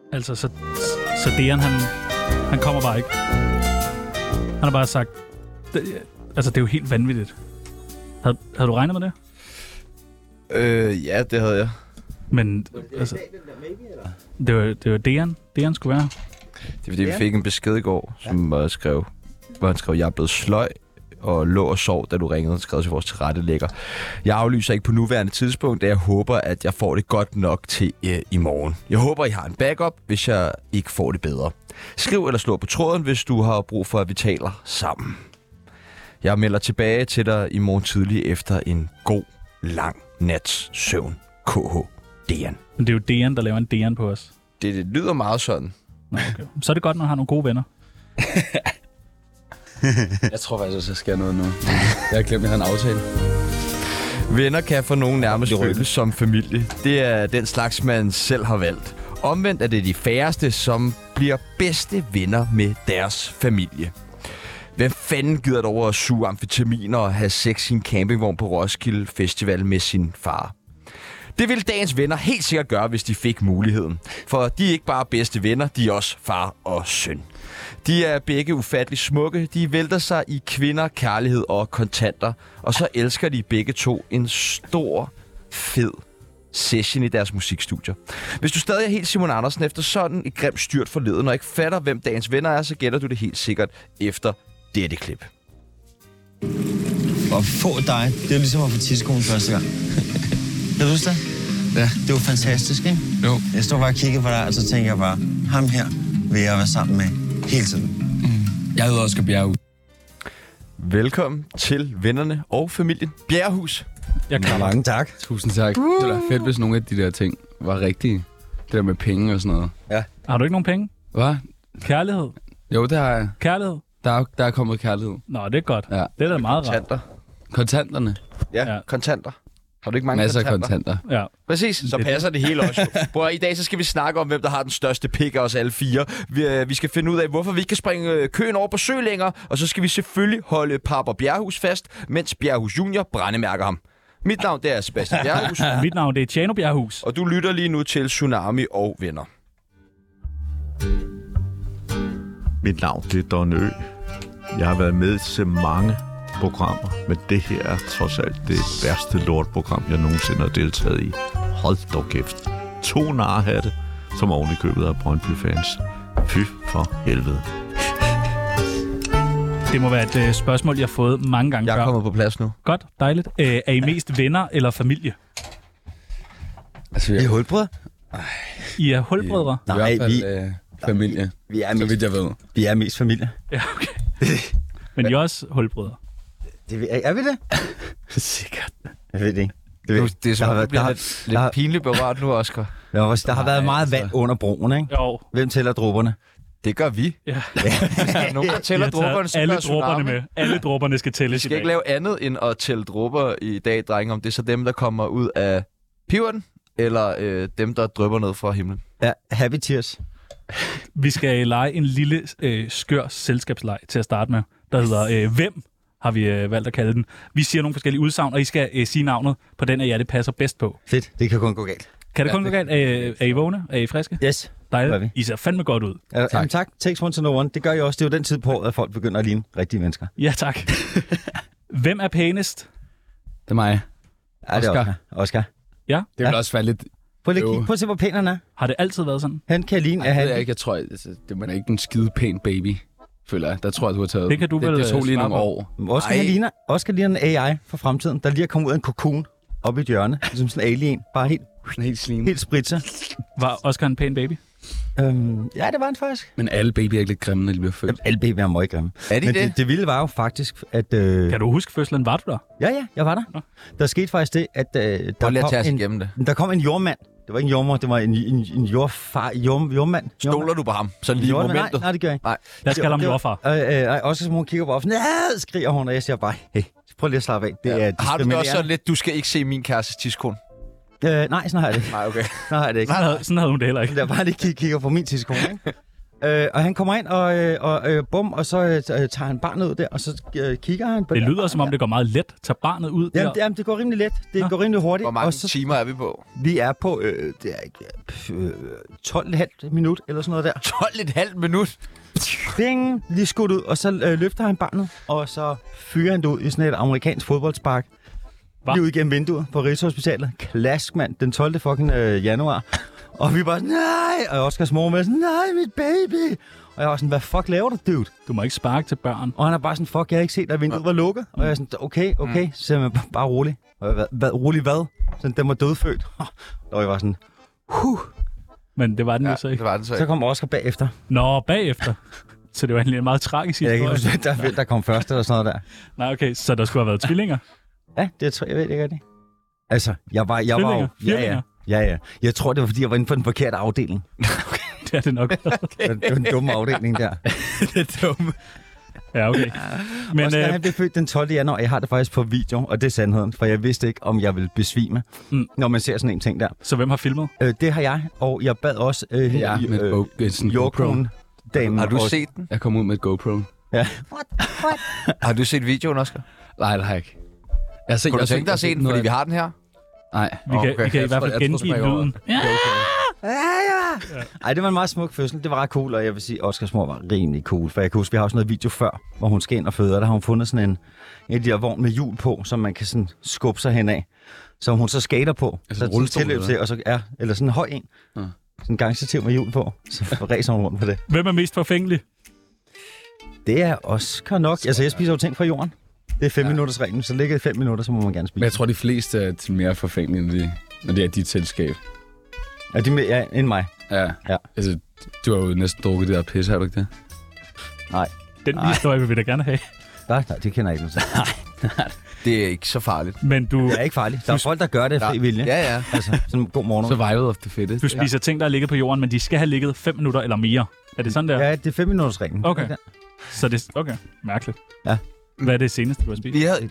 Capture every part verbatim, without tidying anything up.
Altså, så, så Dejan, han, han kommer bare ikke. Han har bare sagt... Det, altså, det er jo helt vanvittigt. Havde, havde du regnet med det? Øh, ja, det havde jeg. Men, altså... Det var, det var Dejan. Dejan skulle være. Det er fordi, vi fik en besked i går, som ja. skrev, hvor han skrev, jeg er blevet sløj og lå og sov, da du ringede og skrev til vores tilrettelægger. Jeg aflyser ikke på nuværende tidspunkt, da jeg håber, at jeg får det godt nok til øh, i morgen. Jeg håber, I har en backup, hvis jeg ikke får det bedre. Skriv eller slå på tråden, hvis du har brug for, at vi taler sammen. Jeg melder tilbage til dig i morgen tidlig efter en god, lang nats søvn. K H. Dejan. Men det er jo Dejan, der laver en Dejan på os. Det, det lyder meget sådan. Nå, okay. Så er det godt, når han har nogle gode venner. Jeg tror faktisk også, jeg skal noget nu. Jeg har glemt, at jeg har en aftale. Venner kan for nogen nærmest føles som familie. Det er den slags, man selv har valgt. Omvendt er det de færreste, som bliver bedste venner med deres familie. Hvem fanden gider over at suge amfetaminer og have sex i en campingvogn på Roskilde Festival med sin far? Det ville dagens venner helt sikkert gøre, hvis de fik muligheden. For de er ikke bare bedste venner, de er også far og søn. De er begge ufattelig smukke. De vælter sig i kvinder, kærlighed og kontanter. Og så elsker de begge to en stor, fed session i deres musikstudier. Hvis du stadig er helt Simon Andersen efter sådan et grimt styrt forleden, og ikke fatter, hvem dagens venner er, så gætter du det helt sikkert efter dette klip. At få dig, det er ligesom at få tidskolen første gang. Kan du huske det? Ja. Det var fantastisk, ikke? Jo. Jeg stod bare og kiggede på dig, og så tænkte jeg bare, ham her vil jeg være sammen med hele tiden. Mm. Jeg hedder Oscar Bjerghus. Velkommen til vennerne og familien Bjerghus. Jeg kan Mange tak. Tusind tak. Uh. Det var fedt, hvis nogle af de der ting var rigtige. Det der med penge og sådan noget. Ja. Har du ikke nogen penge? Hvad? Kærlighed? Jo, det har jeg. Kærlighed? Der er, der er kommet kærlighed. Nå, det er godt. Ja. Det er da meget rart. Kontanter. Kontanterne. Ja, Ja. kontanter. Har du ikke mange Masser af kontanter? kontanter. Ja. Præcis, så Det- passer det hele også. Bror, i dag så skal vi snakke om, hvem der har den største pik af os alle fire. Vi, øh, vi skal finde ud af, hvorfor vi ikke kan springe øh, køen over på sø længere. Og så skal vi selvfølgelig holde Papa Bjerghus fast, mens Bjerghus Junior brændemærker ham. Mit navn det er Sebastian Bjerghus, Mit navn det er Tjano Bjerghus. og du lytter lige nu til Tsunami og Venner. Mit navn det er Don Ø. Jeg har været med til mange programmer, men det her er trods alt det værste lortprogram, jeg nogensinde har deltaget i. Hold dog kæft. To narhatte, som oven i købet af Brøndby-fans. Fy for helvede. Det må være et øh, spørgsmål, jeg har fået mange gange Jeg er før. kommet på plads nu. Godt, dejligt. Øh, er I mest venner eller familie? Altså, vi Vi er er hulbrødre. I er hulbrødre? i Nej, hvert vi, fald øh, familie, vi, er så mest, vidt jeg ved. vi er mest familie. Ja, okay. Men I er også hulbrødre? Det, er, er vi det? Sikkert. Jeg ved det ikke. Det, Du, ved, det er som der om, har du bliver været- lidt, der har- lidt pinligt berørt nu, Oscar. der, har, der har været meget altså. vand under broen, ikke? Jo. Hvem tæller dråberne? Det gør vi. Ja. Hvis der er nogen, der tæller Jeg har taget dråberne, så alle gør dråberne Tsunami. med. Alle dråberne skal Vi tælles i skal dag. ikke lave andet end at tælle dråber i dag, drenge. Om det er så dem, der kommer ud af piveren, eller øh, dem, der drypper ned fra himlen. Ja, happy tears. Vi skal lege en lille øh, skør selskabsleg til at starte med, der hedder øh, Hvem har vi øh, valgt at kalde den. Vi siger nogle forskellige udsagn, og I skal øh, sige navnet på den af jer, det passer bedst på. Fedt, det kan kun gå galt. Kan det Ja, kun gå det- galt? Er, er I vågne? Er I friske? Yes. Gør vi. Dejligt. I ser fandme godt ud. Ja, tak. Jamen, tak. Takes one to know one. Det gør jeg også. Det er jo den tid på året, at folk begynder at ligne rigtige mennesker. Ja, tak. Hvem er pænest? Det er mig. Ja, det er Oscar. Oscar. Oscar. Ja. Det vil Ja. også være lidt... Prøv lige at Jo. kigge. Prøv at se, hvor pæn han er. Har det altid været sådan? Han kan ligne, Jeg, at ved han... jeg ikke, jeg tror, altså, det man er ikke en skide pæn baby, føler jeg. Der tror jeg, du har taget Det kan du det, vel, det tog øh, lige svare nogle på. år. Oscar, han ligner, Oscar ligner en A I fra fremtiden, der lige er kommet ud af en kokon op i et hjørne. Som sådan en alien. Bare helt, Sådan helt slim. helt spritzer. Var Oscar en pæn baby? Øhm, ja, det var han faktisk. Men alle babyer er ikke lidt grimme, når de bliver født. Jamen, alle babyer er meget grimme. Er de Men det? det, det vilde var jo faktisk, at... Øh... Kan du huske fødslen? Var du der? Ja, ja, jeg var der. Nå. Der skete faktisk det, at øh, Prøv der, lige at tage kom os en, igennem det. der kom en jordmand. Det var ikke en jordmor, det var en, en, en jordfar, jord, jordmand. Stoler du på ham? Sådan lige i Jordmand. Nej, momentet? nej, det gør jeg ikke. Nej. Lad os kalde ham Det var- jordfar. Øh, øh, også som hun kigger på offenen, ja, skriger hun, og jeg siger bare, hey, prøv lige at slappe af. Det er Har du det også diskriminerende. sådan lidt, du skal ikke se min kærestes tidskone? Øh, nej, sådan har jeg det ikke. Nej, okay. Sådan har jeg det ikke. Sådan havde, sådan havde hun det heller ikke. Det er bare lige kig, kigger på min tidskone, ikke? Øh, og han kommer ind, og, øh, og øh, bum, og så øh, tager han barnet ud der, og så øh, kigger han på Det der lyder barn som om, der. det går meget let. Tag barnet ud Jamen, der. det, jamen, det går rimelig let. Det Nå. går rimelig hurtigt. Hvor mange og så, timer er vi på? vi er på øh, det er, ikke, øh, tolv komma fem minut, eller sådan noget der. tolv komma fem minut. Bing, lige skudt ud, og så øh, løfter han barnet, og så fyrer han det ud i sådan et amerikansk fodboldspark. Hva? Lige ud igennem vinduet på Rigshospitalet. Klask, mand. Den tolvte fucking øh, januar. Og vi bare sådan, nej! Og Oscars mor med sådan, nej, mit baby! Og jeg var sådan, hvad fuck laver du, dude? Du må ikke sparke til børn. Og han er bare sådan, fuck, jeg har ikke set, at vinduet var lukket. Og jeg er sådan, okay, okay. Mm. Så jeg bare rolig. Og jeg, hvad, hvad, rolig hvad? Sådan, den var dødfødt. Og jeg var sådan, huh. Men det var den Ja, jo så det ikke. var det så Så ikke. kom Oscar bagefter. Nå, bagefter. Så det var egentlig en meget tragisk Jeg kan ikke historie. huske, der, der kom først eller sådan noget der. Nej, okay. Så der skulle have været tvillinger. Ja, det tror jeg, jeg ved ikke rigtig. Altså, jeg var, jeg var jo... Tvillinger? Ja, ja. Ja, ja. Jeg tror, det var, fordi jeg var inde på den forkerte afdeling. Det er det nok. Det var den dumme afdeling der. Det er dumt. Ja, okay. Men Men Oscar, øh, han blev født den tolvte januar. Jeg har det faktisk på video, og det er sandheden. For jeg vidste ikke, om jeg ville besvime, Mm. mm. når man ser sådan en ting der. så hvem har filmet? Øh, det har jeg, og jeg bad også øh, Ja, med et go- sådan en GoPro. jordkronen-damen. Har du også- set den? Jeg kom ud med et GoPro. Ja. Har du set videoen, Oscar? Nej, det har jeg ikke. Jeg har set, Kunne jeg du har tænke dig at se den, noget fordi af- vi har den her? Nej. Vi kan, Okay. vi kan i Jeg hvert tror- fald jeg tror, gengive springer over. lyden. Det er okay. Ja, ja. Ej, det var en meget smuk fødsel. Det var ret cool, og jeg vil sige, at Oscars mor var rimelig cool. For jeg kan huske, vi har også noget video før, hvor hun skal ind og føde, og der har hun fundet sådan en, en af de her vogn med hjul på, som man kan sådan skubbe sig hen af. Som hun så skater på. Altså så en rullestol, tilløb eller til, og så, ja, eller sådan en høj en. Ja. Sådan en gangstativ med hjul på. Så ræser hun rundt på det. Hvem er mest forfængelig? Det er Oscar nok. Altså, jeg spiser jo ting fra jorden. Det er fem ja. minutters reglen, så ligger det fem minutter, så må man gerne spise. Men jeg tror, de fleste er til mere forfængelige, når, de, når det er dit selskab. Er de med, ja, end mig? Ja. Ja. Altså, du har jo næsten drukket det der pisse, har du ikke det? Nej. Den Nej. historie vil vi da gerne have. Nej, nej, det kender jeg ikke. Nej. Det er ikke så farligt. Men du, Det er ikke farligt. Der er folk, der gør det af fri vilje. Ja, ja. Altså, sådan god morgen. Survival of the fittest. du spiser ting, der er ligget på jorden, men de skal have ligget fem minutter eller mere. Er det sådan der? Ja, det er fem minutters reglen. Okay. Så det okay. Mærkeligt. Ja. Hvad er det seneste, du har spist? Vi havde...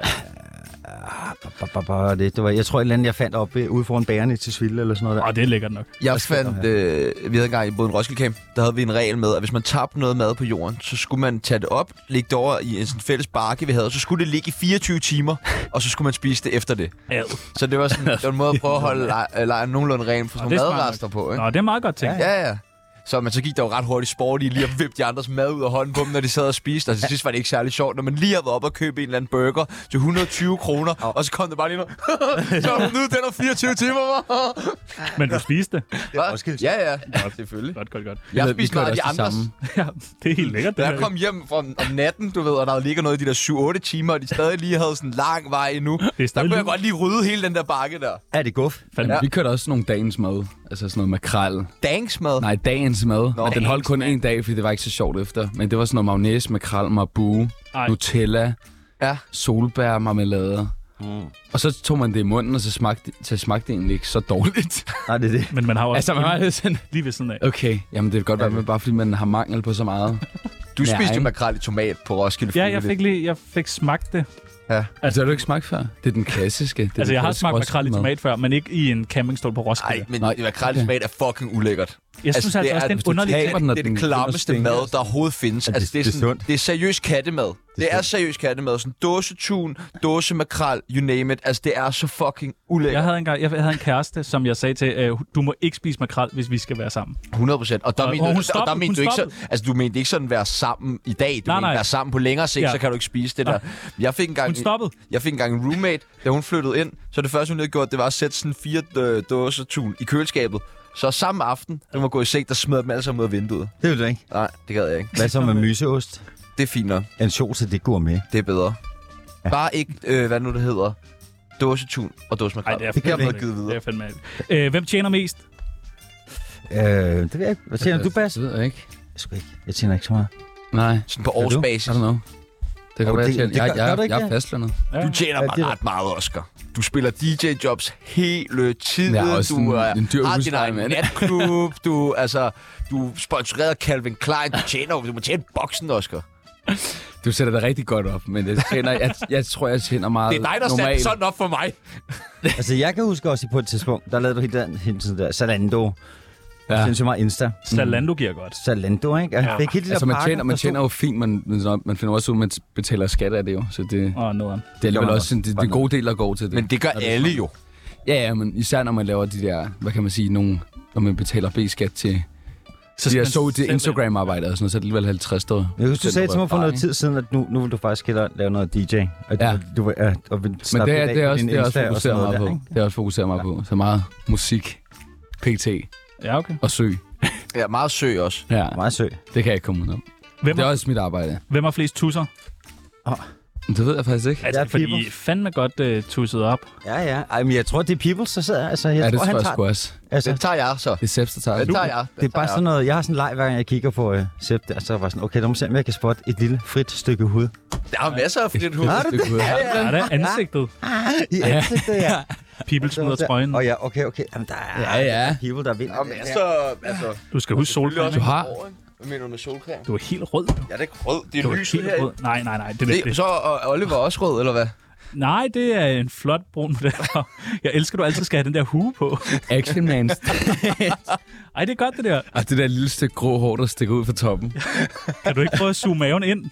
Uh, det, det var, jeg tror, et eller andet, jeg fandt op ude foran bagerne i Tisvilde eller sådan noget der. Åh, oh, det er lækkert nok. Jeg fandt, øh, vi havde engang i både en Roskilde Camp, der havde vi en regel med, at hvis man tabte noget mad på jorden, så skulle man tage det op, lægge det over i en sådan fælles bakke, vi havde, og så skulle det ligge i fireogtyve timer, og så skulle man spise det efter det. Ad. Så det var sådan det var en måde at prøve at holde lej- lejren nogenlunde ren for sådan det er nogle smart madrester på, ikke? Nå, det er meget godt tænkt. Ja, ja. Så man så gik der jo ret hurtigt sport i lige at vippe de andres mad ud af hånden på dem, når de sad og spiste. Og til sidst var det ikke særlig sjovt, når man lige havde været op og købe en eller anden burger til et hundrede og tyve kroner, og så kom det bare lige noget. Så var nu den er fireogtyve timer. Men du spiste det. Hvad? Ja, ja. Selvfølgelig. Godt, godt, godt. Jeg Vi spiste kørte meget af de også det andres. samme. Ja, det er helt lækkert. Da Det jeg her. kom hjem fra, om natten, du ved, og der ligger noget i de der syv otte timer, og de stadig lige havde sådan en lang vej endnu, Det er der stadig kunne jeg lun. godt lige rydde hele den der bakke der. Er det guf? Fandme. Ja. Vi kørte også nogle dagens mad. Altså sådan noget makrel. Dangsmad. Nej, dagens mad. Nå. Men den holdt kun en dag, fordi det var ikke så sjovt efter. Men det var sådan noget mayonnaise, makrel, marbue, Ej. Nutella, Ja. solbær, marmelade. Mm. Og så tog man det i munden, og så smagte, så smagte det egentlig ikke så dårligt. Nej, det er det. Men man har jo også altså, man var lidt sådan, lige ved siden af. okay, jamen det kan godt være, men bare fordi man har mangel på så meget. Du Ja, spiste jo ikke? makrel i tomat på Roskilde. Ja, jeg frivilligt. fik lige, jeg fik smagt det. Altså, har du ikke smagt før? Det er den klassiske. Det er Altså, den jeg har klassiske smagt makrel i Roskilde-mad. tomat før, men ikke i en campingstol på Roskilde. Ej, men Nej, makrel i tomat er fucking ulækkert. Jeg synes altså, det også, er- det er en hvis du underlig tager ting. den, og Det er den det begynder at klammeste stinke. mad, der overhovedet findes. Ja, Altså, det, er det er sådan, sundt. det er seriøs kattemad. Det er seriøs kattemad. Sådan dåsetun, dåsemakrel, you name it. Altså, det er så fucking ulækkert. Jeg havde, en gang, jeg havde en kæreste, som jeg sagde til, øh, du må ikke spise makrel, hvis vi skal være sammen. hundrede procent. Og der Og- mente og du, hun og der stoppede, mente hun du ikke så, stoppede. altså du mente ikke sådan være sammen i dag. Du Nej, mente nej. være sammen på længere sigt, Ja. så kan du ikke spise det Nej. der. Jeg fik engang, Hun stoppede. jeg fik engang en roommate, da hun flyttede ind. Så det første, hun havde gjort, det var at sætte sådan fire øh, dåser tun i køleskabet. Så samme aften, da hun var gået i seng, der smed dem alle sammen ud af vinduet. Det vil du ikke. Nej, det gad jeg ikke. Hvad så med myseost? Det er fint nok. Ansjose, det går med. Det er bedre. Ja. Bare ikke, øh, hvad nu det hedder, dåsetun og dåsemakrel. Ej, det er Det kan fandme vi ikke. ikke. Det er fandme ikke. Øh, hvem tjener mest? Øh, det ved jeg ikke. Hvad tjener du, Bas? Det ved jeg ikke. Jeg sgu ikke. Jeg tjener ikke så meget. Nej, Sådan på Gør du? årsbasis. I don't know. Det kan Oh, være, det- jeg, det jeg, gør- jeg, gør du jeg, ikke jeg er det? fastlønnet. Ja. Du tjener Ja, bare det er- ret meget, Oscar. Du spiller D J-jobs hele tiden. Jeg er også du en- er, en dyr har din husleje, egen mand. natklub. Du, altså, du sponsorerer Calvin Klein. Du tjener du må tjene boksen, Oscar. Du sætter det rigtig godt op, men jeg, tjener, jeg, jeg tror, jeg tjener meget Det er dig, der satte normalt. sådan op for mig. Altså, jeg kan huske også på et tidspunkt, der lavede du helt den, helt sådan der Zalando Ja. Sindssygt meget Insta. Zalando giver godt. Zalando, ikke? Jeg fik helt de Altså, der man tjener, man tjener jo fint, men man, man finder også ud, at man betaler skat af det jo. Så det, Åh, oh, noget. det er alligevel også en, det, det gode del, der går til det. Men det gør alle jo. Ja, ja, men især når man laver de der, hvad kan man sige, nogle, når man betaler B-skat til... Så de der så det Instagram-arbejde og sådan noget, så er det alligevel halvtreds år. Jeg husker, du sagde til mig for noget tid siden, at nu, nu vil du faktisk hellere lave noget D J. Og ja. Du, du, ja, og vil men det er, det er også, det er også fokuseret meget på. Det er også fokuseret meget på. Så meget musik, P T ja, okay. og sø. Ja, meget sø også. Ja, meget sø. Det kan jeg ikke komme ud om. Hvem det er er, også mit arbejde. Hvem har flest tusser? Oh. Det ved jeg faktisk ikke. Altså, fordi I er fandme godt uh, tusset op. Ja, ja. Ej, men jeg tror, det er Peoples, der sidder. Altså, jeg ja, tror, det tror han jeg tager sgu også. Altså, det tager jeg så. Det er Seps, der tager det. Det tager jeg. Det, det er bare sådan noget, jeg har sådan en leg, hver gang jeg kigger på uh, Sepp der, så er jeg sådan, okay, der må se, om jeg kan spotte et lille frit stykke hud. Der er masser af frit hud. Har du det? Ja, ja. Er det ansigtet? I ansigtet, ja. People smider trøjen. Og ja, okay, okay. Jamen, der er ja, ja. people, der vinder. Jamen, altså, altså, du skal huske solcreme. Du har... Hvad mener du med solcreme? Du er helt rød. Ja, det er ikke rød. Det er du lyset er rød. Nej, nej, nej. Det er det, det. Så er Oliver også rød, eller hvad? Nej, det er en flot brun model. Jeg elsker, du altid skal have den der hue på. Action man. Ej, det er godt, det der. Og det der lille stykke grå hår, der stikker ud fra toppen. Kan du ikke prøve at zoome maven ind?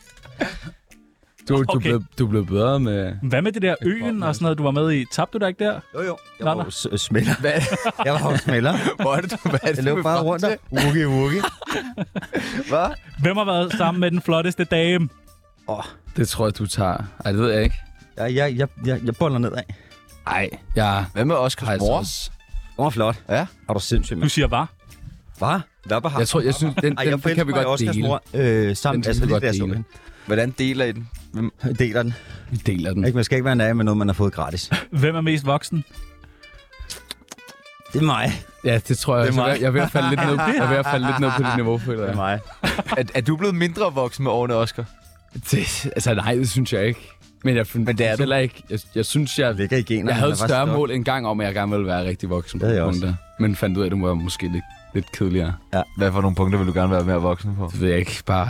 Du, du, okay. blev, du blev bedre med... Hvad med det der øen og sådan noget, du var med i? Tabte du dig ikke der? Jo, jo. Jeg var jo smælder. Hvad? Jeg var jo smælder. Hvor er det, du hvad? Jeg løb bare rundt der. Woogie, woogie. Hvad? Hvem har været sammen med den flotteste dame? Åh. Oh. Det tror jeg, du tager. Ej, det ved jeg ikke. Jeg, jeg, jeg, jeg, jeg boller nedad. Ej, ja. Hvad med Oscars mor? Hun var flot. Ja. Er du sindssygt, Du siger hvad? Hvad? Hvad var Jeg tror, jeg synes, den, Ej, den, jeg den kan vi godt Oscars dele. Mor, øh, sammen, den altså, vi det godt der dele. Hvordan deler I den? Hvem deler den? Vi deler den. Ikke, man skal ikke være nær med noget, man har fået gratis. Hvem er mest voksen? Det er mig. Ja, det tror jeg. Det er mig. Jeg er ved at falde lidt ned, jeg er ved at falde lidt ned på dit niveau, føler jeg. Det er mig. er, er du blevet mindre voksen med årene, Oscar? Det, altså nej, det synes jeg ikke. Men jeg Men det er heller ikke. Jeg, jeg synes, jeg, ligger i generne. jeg havde et større mål en gang om, at jeg gerne ville være rigtig voksen. Det er jeg også. Punkter. Men fandt ud af, at det må være måske lidt, lidt kedeligere. Ja. Hvad for nogle punkter vil du gerne være mere voksen på? Det ved jeg ikke. Bare...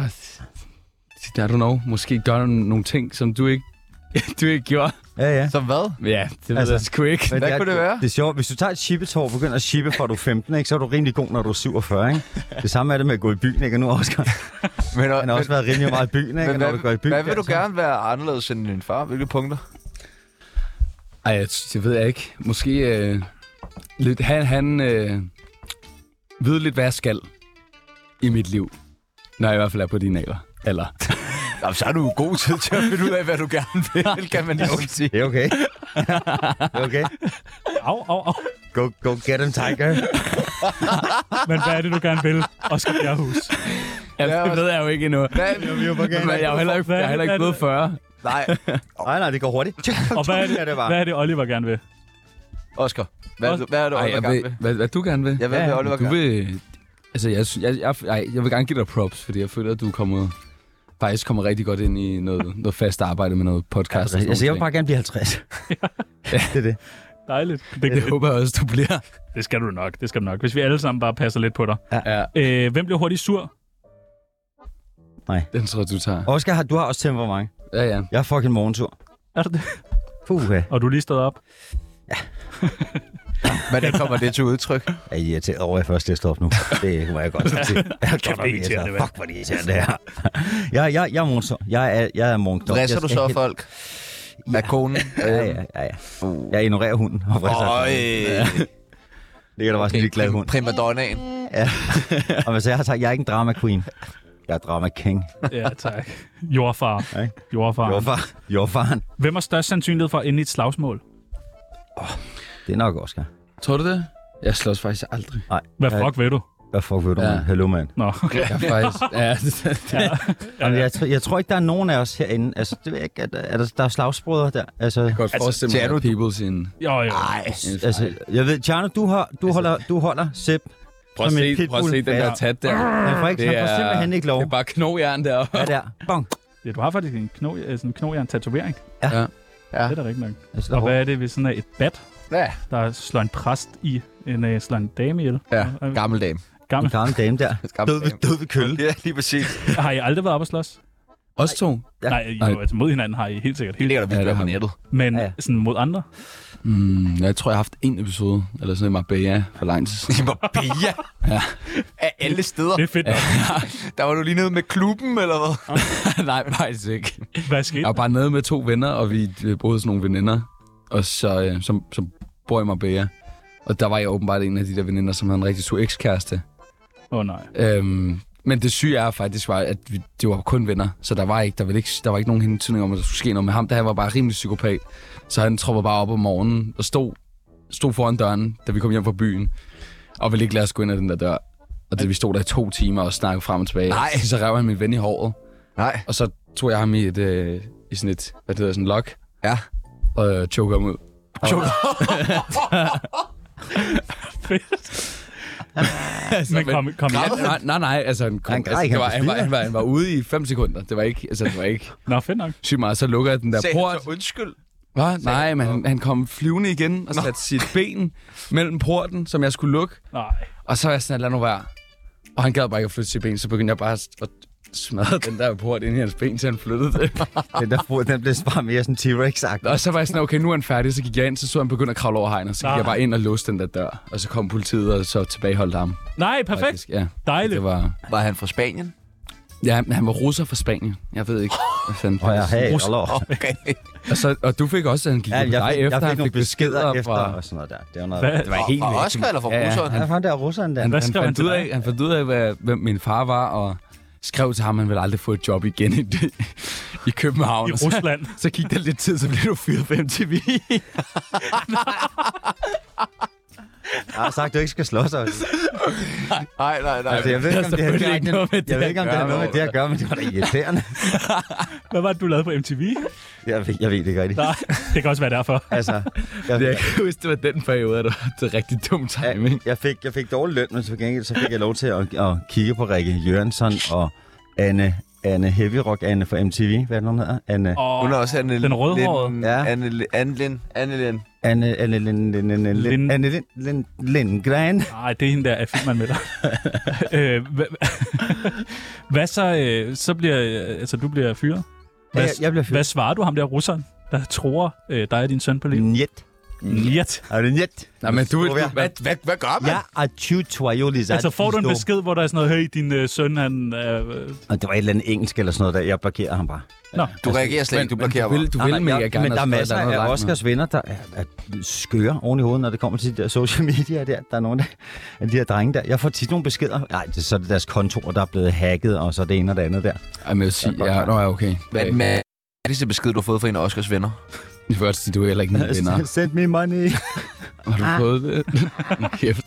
I don't know. Måske gøre nogle ting, som du ikke, du ikke gjorde. Ja, ja. Som hvad? Ja, det ved Altså, jeg sgu ikke. Hvad det, kunne det være? Det er sjovt. Hvis du tager et shippetår og begynder at shippe, fra du er femten, ikke, så er du rimelig god, når du er syvogfyrre. Ikke? Det samme er det med at gå i byen, ikke? Og nu Oscar. Men, Han har også været rimelig meget i byen, ikke? Men, når hvad, du går i byen, hvad vil du altså. gerne være anderledes end din far? Hvilke punkter? Ej, det ved jeg ikke. Måske øh, lidt, han, han øh, ved lidt, hvad jeg skal i mit liv. Når jeg i hvert fald er på dine alder. Eller... Jamen, så har du god tid til at finde ud af, hvad du gerne vil, kan man jo sige. Det er okay. Det er okay. Au, au, au. Go, go get him, Tiger. Men hvad er det, du gerne vil? Oscar Bjerghus. Ja, det ved jeg jo ikke endnu. Hvad? Men jeg er jo heller ikke, jeg er heller ikke blevet fyrre. Nej. Nej, nej, det går hurtigt. Og hvad er det, det hvad er det Oliver gerne vil? Oscar, hvad, Oscar. hvad er det, Ej, Oliver jeg gerne vil, vil? hvad, hvad du gerne vil? Ja, hvad vil Oliver du gerne? vil... Altså, jeg, jeg, jeg, jeg, jeg vil gerne give dig props, fordi jeg føler, at du er kommet, faktisk kommer rigtig godt ind i noget, noget fast arbejde med noget podcast. Altså, og sådan altså jeg vil nogle bare gerne blive halvtreds. Det er det. Dejligt. ting. Det, det håber jeg også, du bliver. Det skal du nok, det skal du nok. Hvis vi alle sammen bare passer lidt på dig. Ja, Øh, hvem bliver hurtigt sur? Nej. den tror jeg, du tager. Oscar, du har også temperament. Ja, ja. Jeg er fucking morgentur. Er det det? Puh, ja. Og du er lige stået op? Hvordan kommer det til udtryk? Jeg er irriteret over, at jeg først læste op nu. Det må jeg godt sige. Jeg er Kæft, det er irriterende, vel? Fuck, hvor det er irriterende, det her. Jeg, jeg, jeg er morgentur. Jeg er, jeg er morgentur. Dresser Jeg du skal så helt- folk? Af konen? Ja, ja, ja. ja. Jeg ignorerer hunden. Og Øj. Ligger der bare sådan en lille glad hund. Primadonnaen. Ja. Og hvis jeg har sagt, jeg er ikke en drama queen. Jeg er drama king. Ja, tak. Jordfar. Okay. Jordfar. Jordfar. Jordfaren. Hvem har størst sandsynlighed for at ende i et slagsmål? Det er nok Oscar. Tror du det? Jeg slås faktisk aldrig. Nej. Hvad fuck ved du? Hvad fuck ved du, Ja. man? Hello, man. Nå, okay. Jeg er faktisk... Ja, det, det, Ja. Jamen, jeg, tror- jeg tror ikke, der er nogen af os herinde. Altså, det ved jeg ikke. Er der, er der, der er slagsbrødre der? Altså, jeg kan godt forestille ser mig, du- at people sin... Jo, jo. Nej. altså, jeg ved, Tjerno, du, har, du, holder, du holder Sepp. Prøv at som se, en prøv at se pitbull. den der tat der. Han får, ikke, Det han får er- simpelthen ikke lov. Det er bare knogjern der. Ja, der. Bong. Ja, du har faktisk en kno, øh, sådan en knogjern-tatovering. Ja. Det er da rigtigt nok. Altså, der Og er hvad er det, hvis sådan er et bat, Ja, der slår en præst i, en uh, slår en dame ihjel? ja. Gammel dame. en Gammel. gammel dame der. Gammel Død ved, dame. død ved kølle. Ja, lige præcis. Har I aldrig været op at slås? Os to? Ja. Nej, jo, altså mod hinanden har I helt sikkert. Det Helt. ligger der Ja, vist det på har vi. nettet. Men Ja. sådan mod andre? Mm, jeg tror, jeg har haft en episode, eller sådan i Marbella for lang tid siden. I Marbella? Ja. Af alle steder. Det er fedt. Der var du lige nede med klubben, eller hvad? Nej, faktisk ikke. Hvad skete? Jeg var bare nede med to venner, og vi øh, boede sådan nogle veninder, og så, øh, som, som bor i Marbella. Og der var jeg åbenbart en af de der veninder, som havde en rigtig stor ekskæreste. Åh oh, nej. Øhm, men det syge er faktisk, var, at vi, det var kun venner, så der var ikke, der var ikke, der var ikke nogen hentydning om, at der skulle ske noget med ham. Der han var bare rimelig psykopat. Så han troppede bare op om morgenen og stod, stod foran døren, da vi kom hjem fra byen, og ville ikke lade os gå ind ad den der dør. Og det, vi stod der i to timer og snakkede frem og tilbage. Nej. Så rev han min ven i håret, Nej. og så tog jeg ham i, et, øh, i sådan et, hvad det hedder, sådan en lock, Ja. og øh, choker ham ud. altså, Men kom, kom nej, hjem. nej, nej, nej, altså, han, kom, Han græd altså ikke, det var, han han, var, forstyrrer. han, var, han var ude i fem sekunder. Det var ikke, altså, det var ikke Nå, fedt nok. sygt meget. Så lukker jeg den der Sagde port. han så undskyld? Hvad? Nej, men han, han kom flyvende igen og satte sit ben mellem porten, som jeg skulle lukke. Nej. Og så var jeg sådan, lad nu være. Og han gad bare ikke at flytte sit ben, så begyndte jeg bare at at smadre den der port ind i hans ben, til han flyttede det. Den der fod, den blev bare mere sådan T-Rex-agtig. Og så var jeg sådan, okay, nu er han færdig. Så gik jeg ind, så så han begyndte at kravle over hegnet. Så gik Nej. jeg bare ind og låste den der dør. Og så kom politiet og så tilbageholdt ham. Nej, perfekt. Faktisk. Ja, Dejligt. det var... Var han fra Spanien? Ja, men han var russer fra Spanien. Jeg ved ikke, hvad fanden. Og jeg hey, Rus- hallo. Okay. Og, så, og du fik også, at han gik Ja, ja, jeg dig fik, efter, jeg fik han nogle fik beskeder efter fra... og sådan noget der. Det var noget. Hvad? Det var helt Fra væk. Oscar eller fra Ja, ja. russeren? Ja, han der russeren der. Han, Hvad han, skrev han fandt til ud dig? af, han fandt ud af, hvad, hvem min far var, og skrev til ham, at han ville aldrig få et job igen i, i København. I Og så, Rusland. så gik der lidt tid, så blev du fyret på M T V. Jeg har sagt, at du ikke skal slås os. Nej, nej, nej. Altså, jeg ved ikke, om det har selvfølgelig ikke direkte- noget med det jeg ved at ikke, om det gøre, har noget med det at gøre, men det var da irriterende. Hvad var det, du lavede på M T V? Jeg ved, jeg ved det ikke rigtigt. Nej, det kan også være derfor. Altså, jeg, Jeg kan huske, det var den periode, at det var det rigtig dum timing. jeg, fik, jeg fik dårlig løn, men så gengæld så fik jeg lov til at, at kigge på Rikke Jørgensen og Anne, Anne Heavy Rock, Anne fra M T V, hvad er det, hun hedder? Anne, Og Hun er også Anne Den rødhårede. Lind- Ja. Anne Lind- Anne Lind. Anne Lind. Anne, Anne, Lind, Lind, Lind, Lind, Lind- Anne Lind, Lind, Lindgren. nej, det er hende der af filmen med dig. øh, hvad, hvad så? Øh, så bliver øh, altså du bliver fyret. Hvad, Jeg, jeg bliver hvad fyret. svarer du ham der russeren, der tror øh, dig og din søn på liv? Njet. Njet. Er det njet? Nej, men du, du, Hvad, hvad, hvad gør man? Ja, og tyve Altså får du en besked, hvor der er sådan noget, hey, din øh, søn, han... Øh, Og det var et eller andet engelsk eller sådan noget, der jeg blokerer ham bare. Nå, Du reagerer slet ikke, du blokerer du vil, bare. du vil mega ja, gerne. men der er have masser skrevet et eller af andet Oscars venner, der er, er skøre oven i hovedet, når det kommer til de der social media der. Der er nogle af de her drenge der. Jeg får tit nogle beskeder. Nej, det, så er det deres kontor, der er blevet hacket, og så det ene og det andet der. Ej, men jeg vil sige, ja, nå, ja, okay. Hvad er den mærkeligste besked, du har fået fra en af Oscars venner? Jeg vil godt sige, du er heller ikke mine venner. Send me money. Har du fået det? Kæft.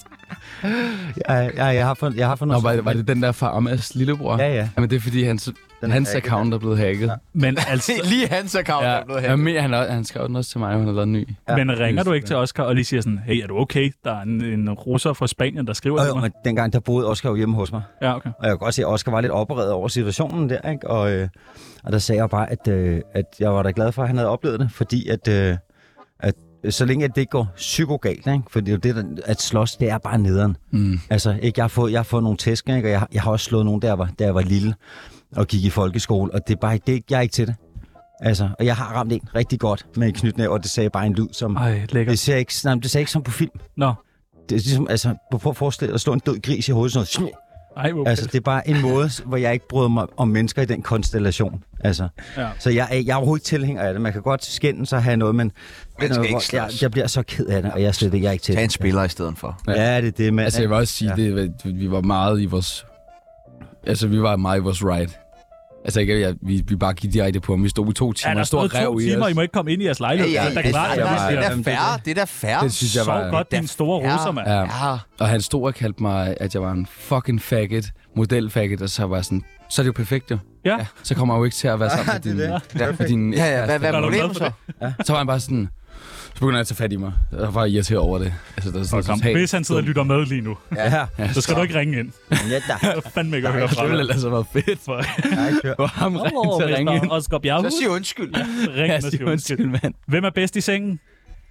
Ja, ja, jeg har fået, jeg har fået Nå, noget. var det, var det den der Farmas lillebror? Ja, ja. Jamen, det er fordi, hans, Den er hans hacket, account er blevet hacket. men altså... Lige hans account Ja, er blevet ja, hacket. men han, har- han skrev den også til mig, og han har lavet en ny. Ja. Men ringer du ikke til Oscar og lige siger sådan, hey, er du okay? Der er en, en russer fra Spanien, der skriver Og, til jo, mig. men dengang der boede Oscar jo hjemme hos mig. Ja, okay. Og jeg kan godt se, at Oscar var lidt opereret over situationen der, ikke? Og, øh, og der sagde jeg bare, at, øh, at jeg var da glad for, at han havde oplevet det, fordi at, øh, at så længe at det ikke går psykogalt, ikke? For det er jo det, der, at slås, det er bare nederen. Mm. Altså, ikke? Jeg, har fået, jeg har fået nogle tæsk, ikke? Og jeg, har- jeg har også slået nogen, der jeg var, da jeg var lille og gik i folkeskole, og det er bare ikke, det, er ikke- jeg er ikke til det. Altså, og jeg har ramt en rigtig godt med en knytnæve, og det sagde bare en lyd, som... Ej, lækkert. Det ser ikke, nej, det ser ikke som på film. Nå, Det er ligesom, altså, prøv at forestille dig at slå en død gris i hovedet, sådan noget. ej, hvor Altså, det er bare en måde, hvor jeg ikke bryder mig om mennesker i den konstellation. Altså, Ja. så jeg, er- jeg er overhovedet ikke tilhænger af det. Man kan godt skændes og have noget, men Man skal noget, ikke hvor- jeg, slås. jeg bliver så ked af det, og jeg er slet ikke, jeg er ikke til Tag en det. spiller i stedet for. Ja, det er det, men... Altså, jeg vil også sige, Ja. ja. det, vi var meget i vores... Altså, vi var meget i vores ride. Altså, ikke, jeg, vi, vi bare gik direkte på ham. Vi stod i to timer, Ja, der og stod stod og to rev i timer, os. I må ikke komme ind i jeres lejlighed. Ja, ja, Der er det, klart, det, jeg var- var det, der. er da fair. Det er da fair. Det synes jeg Sov var... godt, din store russer, mand. Ja. Ja. Og han stod og kaldte mig, at jeg var en fucking faggot, model-faggot, og så var jeg sådan, så er det jo perfekt jo. Ja. Så kommer jeg jo ikke til at være sammen med din... det er det. Med din Ja, ja, hvad, hvad Var er du glad problemet for så? Så var han bare sådan... Så begynder jeg at tage fat i mig. Jeg var irriteret over det. Altså, det var sådan Og kom, totalt hvis han sidder og lytter med lige nu, Ja, Ja, så skal du ikke ringe ind. ja da. Jeg vil fandme ikke at høre fra det ville dig. ellers have været fedt. For- Nej, kør. Hvor ham ringte Åh, til at ringe ind. mister Oscar Bjerghus. Så sig undskyld. Ring Ja, og sig sig undskyld. undskyld, mand. Hvem er bedst i sengen?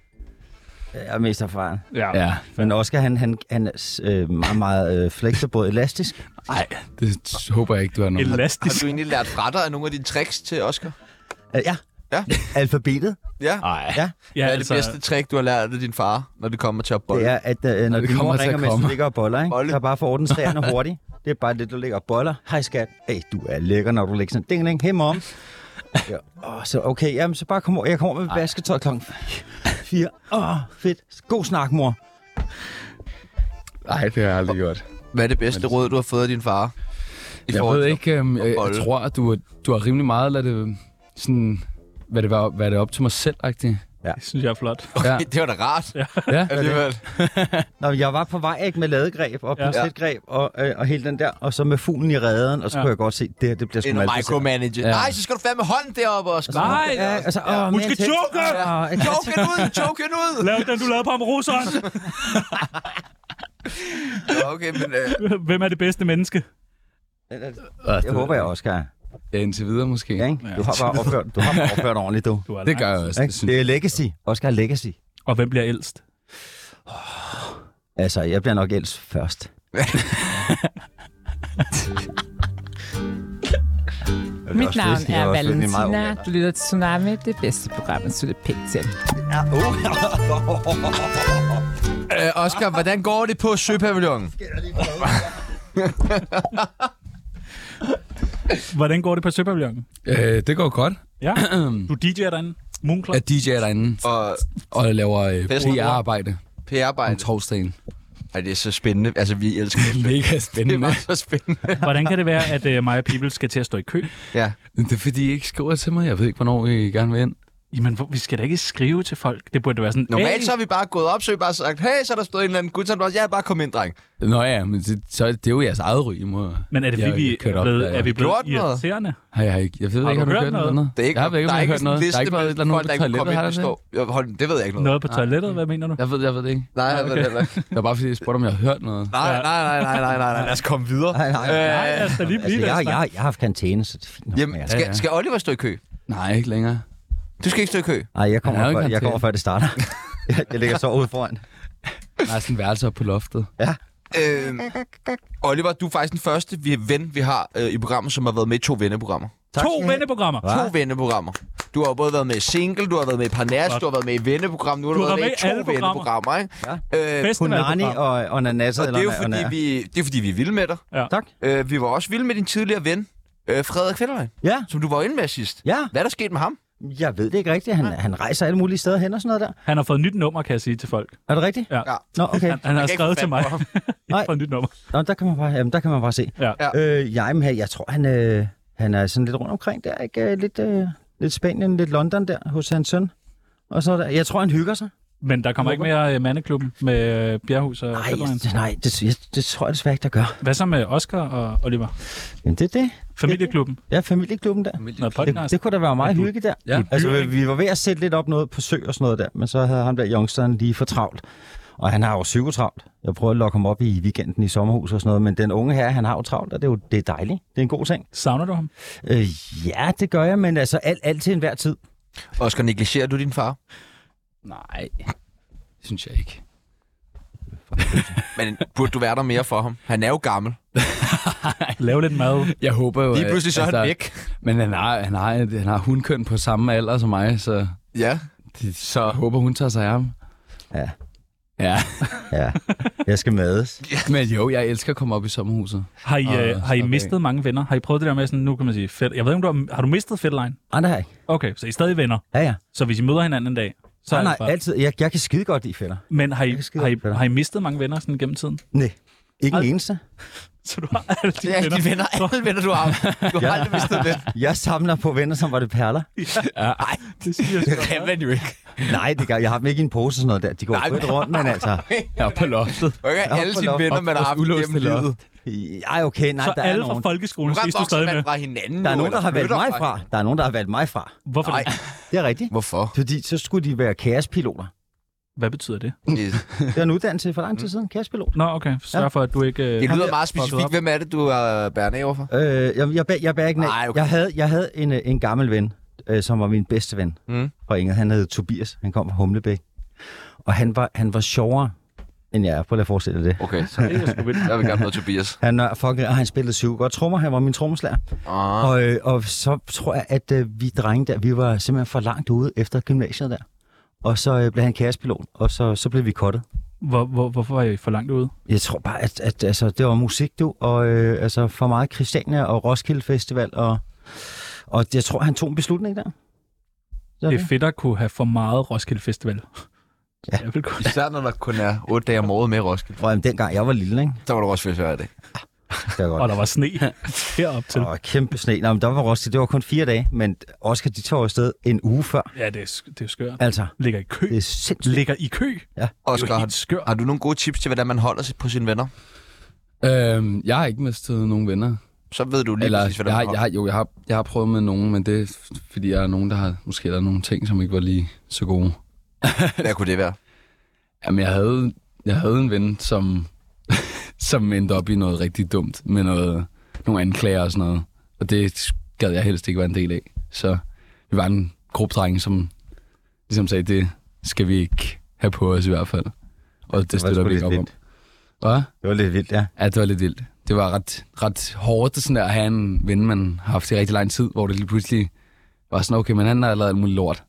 Jeg er mest erfaren. Ja. Ja. Men Oscar, han, han, han er øh, meget, meget øh, fleksibel, både elastisk. Nej, det håber jeg ikke, du har nogen. Har Elastisk. du egentlig lært fra dig af nogle af dine tricks til Oscar? Uh, ja. Ja. Alfabetet. Ja. Nej. Ja. Ja, Hvad er altså, det bedste trick, du har lært af din far, når det kommer til at bolle? Det er, at uh, når det din kommer mor til at ringer, mens komme. du ligger og boller, ikke? Bolle. Så bare for orden sagerne hurtigt. Det er bare det, du ligger og boller. Hej skat. Hey, du er lækker, når du ligger sådan. Ding, ding, hey mom. Ja. Oh, så okay, jamen så bare kom over. Jeg kommer med vasketøj klokken fire. Åh, oh, fedt. God snak, mor. Nej, det har jeg aldrig gjort. Hvad er det bedste råd, du har fået af din far? I Jeg forhold ved til ikke, øhm, jeg, jeg bolle? tror, at du, du har rimelig meget lade det sådan, hvad det var, hvad det er op til mig selv-agtigt. det synes jeg er flot. Ja. Det var da rart. Ja. Ja. Alligevel. Nå, jeg var på vej ikke med ladegreb og Ja. pincetgreb og, øh, og hele den der, og så med fuglen i reden, og så Ja. ja. kunne jeg godt se, at det her, det bliver sgu En malplaceret. micromanage. Ja. Nej, så skal du fandme hånden deroppe, Oscar. Nej, Ja, altså, åh, hun mere skal intens. choke! Åh, åh, Choke hende ud, choke hende ud. Lav den, du lavede på Amoroseren. Okay, men... Øh, Hvem er det bedste menneske? Jeg håber, jeg også kan. Ja, indtil videre måske. Ja, ikke? Du har bare opført, du har bare opført ordentligt, du. Du er Det gør jeg også. Ikke? Det synes Det er legacy. Oscar er legacy. Og hvem bliver ældst? Altså, jeg bliver nok ældst først. Mit navn også er fedt, det var selvfølgelig meget Valentina. ung, Du lytter til Tsunami, det bedste program, at slutte pænt til. Ja, oh. øh, Oscar, hvordan går det på Søpavillonen? Hvordan går det på Søpavillonen? Øh, det går godt. Ja, du D J'er derinde. Moonclub. Jeg D J'er derinde Og og laver øh, Festen. P R-arbejde P R-arbejde. om torsdagen. Ej, det er så spændende. Altså, vi elsker det. Mega Det spændende. var så spændende. Hvordan kan det være, at uh, Maja People skal til at stå i kø? Ja. Det er fordi, I ikke skriver til mig. Jeg ved ikke, hvornår I gerne vil ind. Jamen, hvor- vi skal da ikke skrive til folk. Det burde da være sådan... Normalt "Hey, så har vi bare gået op, så har vi bare sagt, hey, så er der stået en eller anden gut, så er det bare, ja, bare kom ind, dreng. Nå ja, men det, så, er det det er jo jeres eget ryg, I må... Men er det Jeg- fordi, vi jeg kørte er op, blevet, da jeg er vi blevet gjort noget. irriterende? Har jeg ikke... Jeg ved Har ikke, du har du hørt hørt noget? noget? Det er ikke, jeg ved ikke, der om er jeg har ikke hørt sådan noget. en Der liste har ikke været et eller andet med folk, på der ikke kunne komme toilettet, ind, har der hvis det? stå. Jeg, hold, det ved jeg ikke noget. Noget på toilettet? Hvad mener du? Jeg ved, jeg ved det ikke. Nej, jeg ved det heller ikke. Det var bare fordi, jeg spurgte, om jeg har hørt noget. Nej, nej, nej, nej, nej, nej, nej. Lad os komme videre. Nej, nej. Nej, lad os da lige Altså, blive jeg, der. jeg, jeg har haft kantæne, så det er fint nok. Jamen, med jer. skal, ja. skal Oliver stå i kø? Nej, ikke længere. Du skal ikke stå i kø. Nej, jeg kommer, Han er jo før, ikke jeg kommer kantæne. før det starter. jeg, jeg ligger så ude foran. Der er sådan en værelse oppe på loftet. Ja. Øh, Oliver, du er faktisk den første vi ven, vi har øh, i programmet, som har været med i to venneprogrammer. Tak To skal I have. venneprogrammer. Hva? To venneprogrammer. Du har både været med i Single, du har været med i Parnas, Godt. du har været med i venneprogram, nu har du, Du har været med været i to med i alle venneprogrammer, ikke? Ja. Øh, Festivalprogram. Punani og, og Nanasser. og det er jo eller fordi, Nana- vi, det er, fordi vi er vilde med dig. Tak. Øh, vi var også vilde med din tidligere ven, øh, Frederik Fetterlein, Ja, som du var inde med sidst. ja. Hvad er der sket med ham? Jeg ved det ikke rigtigt. Han, han rejser alle mulige steder hen og sådan noget der. Han har fået et nyt nummer, kan jeg sige til folk. Er det rigtigt? Ja. Ja. Nå, okay. Han, han har kan ikke skrevet få til fat mig. på ham. Jeg har Nej. fået et nyt nummer. Nå, der kan man bare, jamen, der kan man bare se. Ja. Ja. Øh, jeg, men, jeg tror, han, øh, han er sådan lidt rundt omkring der. Ikke? Øh, Lidt, øh, lidt Spanien, lidt London der hos hans søn. Og så der. Jeg tror, han hygger sig. Men der kommer ikke mere uh, mandeklubben med uh, Bjerghus og Nej, Fetterlein. det, nej det, det, det tror jeg desværre ikke, der gør. Hvad så med Oscar og Oliver? Men det er det. Familieklubben? Ja, familieklubben der. Noget Det, podcast? det kunne da være meget Ja, du- hyggeligt der. Ja. Altså, vi, vi var ved at sætte lidt op noget på sø og sådan noget der, men så havde ham der youngsteren lige for travlt. Og han har jo psykotravlt. Jeg prøver at lokke ham op i weekenden i sommerhus og sådan noget, men den unge her, han har jo travlt, og det er jo det er dejligt. Det er en god ting. Savner du ham? Øh, ja, det gør jeg, men altså alt, alt til enhver tid. Oscar, negligerer du din far? Nej, det synes jeg ikke. Men burde du være der mere for ham? Han er jo gammel. Lave lidt mad. Jeg håber jo... Lige at- pludselig så er han altså, væk. Men han har, han har, han har hundkøn på samme alder som mig, så, Ja. så jeg håber, hun tager sig af ham. Ja, Ja, ja. Jeg skal mades. men jo, jeg elsker at komme op i sommerhuset. Har I, Og uh, har I slap mistet mange venner? Har I prøvet det der med sådan, nu kan man sige, fedt. Jeg ved ikke, om du har, har du mistet Fetterlein? Nej, det har jeg ikke. Okay, så I er stadig venner. Ja, ja. Så hvis I møder hinanden en dag, så Nej, er nej, det bare... altid. Jeg, jeg kan skide godt lide fætter. Men har I, Jeg kan skide har, I, godt fætter. har I mistet mange venner sådan gennem tiden? Nej, ikke en Ald- eneste. Så du har alle dine Ja, venner? de venner, alle venner, du har. Du har Ja. aldrig mistet ven. Jeg samler på venner, som var det perler. Ja, Det siger jeg sgu da. man jo ikke. Nej, det gør, jeg har dem ikke i en pose og sådan noget der. De går Nej, frit men- rundt, men altså... jeg er på loftet. Okay, alle på sine loft. venner, man har Op- haft ulåste gennem loft. livet. Ej, okay, nej, Så der er alle fra nogen. folkeskolen Hvordan ses du vokser stadig man med? fra hinanden? Der er jo, nogen, der eller har valgt flytter mig fra. Der er nogen, der har valgt mig fra. Hvorfor Nej, det? Det er rigtigt. hvorfor? Fordi så skulle de være kaospiloter. Hvad betyder det? Det er en uddannelse for lang tid siden, kaospilot. Nå, okay. Sørg Ja. for, at du ikke... øh, Det har- lyder meget fucket specifikt. op. Hvem er det, du er bærende overfor? Øh, jeg, jeg, bæ- jeg bærer ikke Nej, nej, okay. jeg havde, jeg havde en, øh, en gammel ven, øh, som var min bedste ven Mm. fra Inget. Han hed Tobias. Han kom fra Humlebæk. Og han var, han var sjovere end jeg er. Prøv lige at forestille dig det. Okay, så jeg vil gerne noget Tobias. Han er fucking, og han spillede syv godt trommer. Han var min trommeslager. Ah. Og, øh, og så tror jeg, at øh, vi drenge der, vi var simpelthen for langt ude efter gymnasiet der. Og så øh, blev han kærespilot, og så, så blev vi kottet. Hvor, hvor, hvorfor var I for langt ude? Jeg tror bare, at, at altså, det var musik, du, og øh, altså, for meget Christiania og Roskilde Festival, og, og jeg tror, han tog en beslutning der. Så Det er fedt at kunne have for meget Roskilde Festival. Ja. Jeg vil godt. Især når der kun er otte dage om året med Roskilde. Og dengang jeg var lille, ikke? Der var det også fedt at det. Det var godt. Og der var sne herop til. Og kæmpe sne. Nå, men der var Roskilde, det var kun fire dage, men Oscar, de tog afsted en uge før. Ja, det er, det er skørt. Altså, Ligger i kø. det er sindssygt. Ligger i kø. Ja. Oscar, Det er jo har, helt skørt. har du nogle gode tips til, hvordan man holder sig på sine venner? Øhm, jeg har ikke mistet nogen venner. Så ved du lige Eller, præcis, hvordan jeg, har, man jeg, har, jo, jeg, har, jeg har prøvet med nogen, men det er f- fordi, jeg er nogen, der har måske der er nogle ting, som ikke var lige så gode. Hvad kunne det være? Jamen, jeg havde, jeg havde en ven, som, som endte op i noget rigtig dumt, med noget, nogle anklager og sådan noget. Og det gad jeg helst ikke være en del af. Så vi var en gruppe drenge, som ligesom sagde, det skal vi ikke have på os i hvert fald. Og det, det var støtter sgu vi lidt ikke op om. vildt. Hvad? Det var lidt vildt, ja. Ja, det var lidt vildt. Det var ret, ret hårdt sådan der, at have en ven, man har haft i rigtig lang tid, hvor det lige pludselig var sådan, okay, men han har lavet alt muligt lort.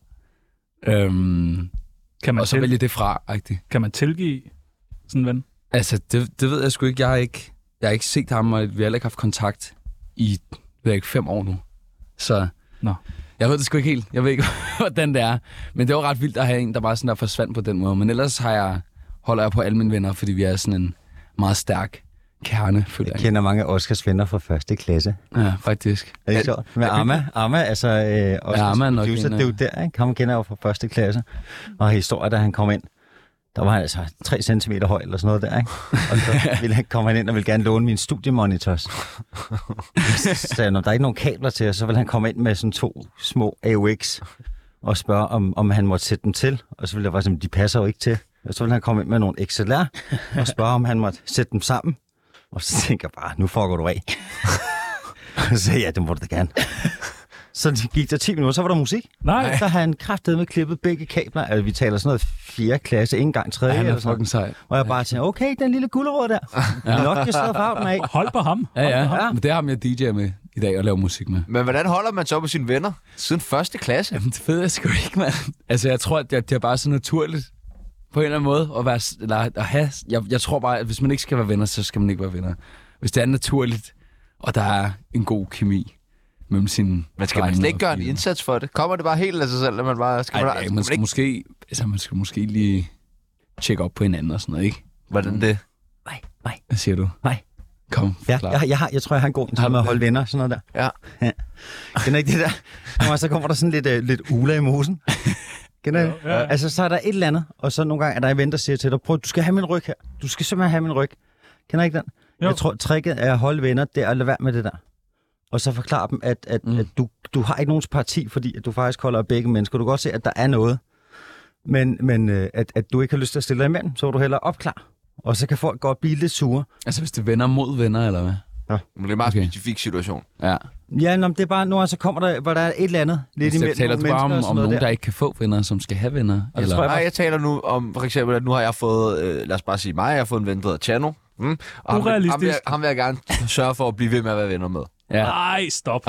Øhm, Kan man, og så til, vælge det fra, rigtigt. kan man tilgive sådan en ven? Altså, det, det ved jeg sgu ikke. Jeg har ikke, jeg har ikke set ham, og vi har heller ikke haft kontakt i, ved jeg ikke, fem år nu. Så Nå. jeg ved det sgu ikke helt. Jeg ved ikke, hvordan det er. Men det var ret vildt at have en, der bare sådan der forsvandt på den måde. Men ellers har jeg, holder jeg på alle mine venner, fordi vi er sådan en meget stærk kerne, føler Jeg jeg. kender mange af Oscars venner fra første klasse. Ja, faktisk. Er det sjovt? Med Arma, Arma, altså øh, Oscars Arma er nok producer, en af- det er jo der, ikke? Ham kender jeg jo fra første klasse. Og historie, da han kom ind, der var han altså tre centimeter høj eller sådan noget der, ikke? Og så ville han komme ind og ville gerne låne mine studiemonitors. Så sagde jeg, når der er ikke nogen kabler til, så ville han komme ind med sådan to små A U X og spørge, om, om han måtte sætte dem til. Og så ville jeg bare sige, de passer jo ikke til. Og så ville han komme ind med nogle X L R og spørge, om han måtte sætte dem sammen. Og så tænker jeg bare, nu foregår du af. Så sagde jeg, ja, det må du da gerne. Så gik der ti minutter, så var der musik. Nej. Så har han kraftedeme klippet begge kabler. Altså, vi taler sådan noget fjerde klasse, ikke engang tredje. Ja, han er eller sådan fucking sej. Og jeg bare tænkte, okay, den lille gulerod der. Ja. Nok, jeg sidder farven af. Hold på ham. Ja, ja, Ja. men det har jeg D J'er med i dag og laver musik med. Men hvordan holder man så på sine venner siden første klasse? Jamen, det ved jeg sgu ikke, mand. Altså, jeg tror, at det, det er bare så naturligt på en eller anden måde at, være, eller at have... Jeg, jeg tror bare, at hvis man ikke skal være venner, så skal man ikke være venner. Hvis det er naturligt, og der er en god kemi mellem sine... Men skal man slet ikke gøre en indsats for det? Kommer det bare helt af sig selv, at man bare... Skal Ej, man, man, skal man skal ikke... måske... Altså, man skal måske lige tjekke op på hinanden og sådan noget, ikke? Hvordan det? Nej, nej, Hvad siger du? nej. Kom, Ja, forklar. jeg, jeg, har, jeg tror, jeg har en god en med at holde venner, sådan noget der. Ja. ja. Kender ikke det der? Og så kommer der sådan lidt, uh, lidt ula i mosen. Kender det? Ja, ja. Altså, så er der et eller andet, og så nogle gange er der en ven, der siger til dig, prøv, du skal have min ryg her. Du skal simpelthen have min ryg. Kender ikke den? Jo. Jeg tror, tricket er at holde venner, det er at lade være med det der. Og så forklare dem, at, at, mm. at du, du har ikke nogens parti, fordi at du faktisk holder af begge mennesker. Du kan godt se, at der er noget, men, men øh, at, at du ikke har lyst til at stille dig imellem, så vil du hellere opklare. Og så kan folk godt blive lidt sure. Altså, hvis det er venner mod venner, eller hvad? Men det er en meget Okay. specifik situation. Ja. Ja, nå, men det er bare, nu så kommer der, hvor der er et eller andet lidt Så imellem taler nogle du bare mennesker om, og sådan om noget nogen, der der. ikke kan få venner, som skal have venner? det Eller? tror jeg Nej, jeg taler nu om, for eksempel, at nu har jeg fået, øh, lad os bare sige mig, jeg har fået en ven, der hedder Chano. Mm. Og ham, vil- ham, vil, Urealistisk. jeg- ham vil jeg gerne sørge for at blive ved med at være venner med. Ja. Nej, stop.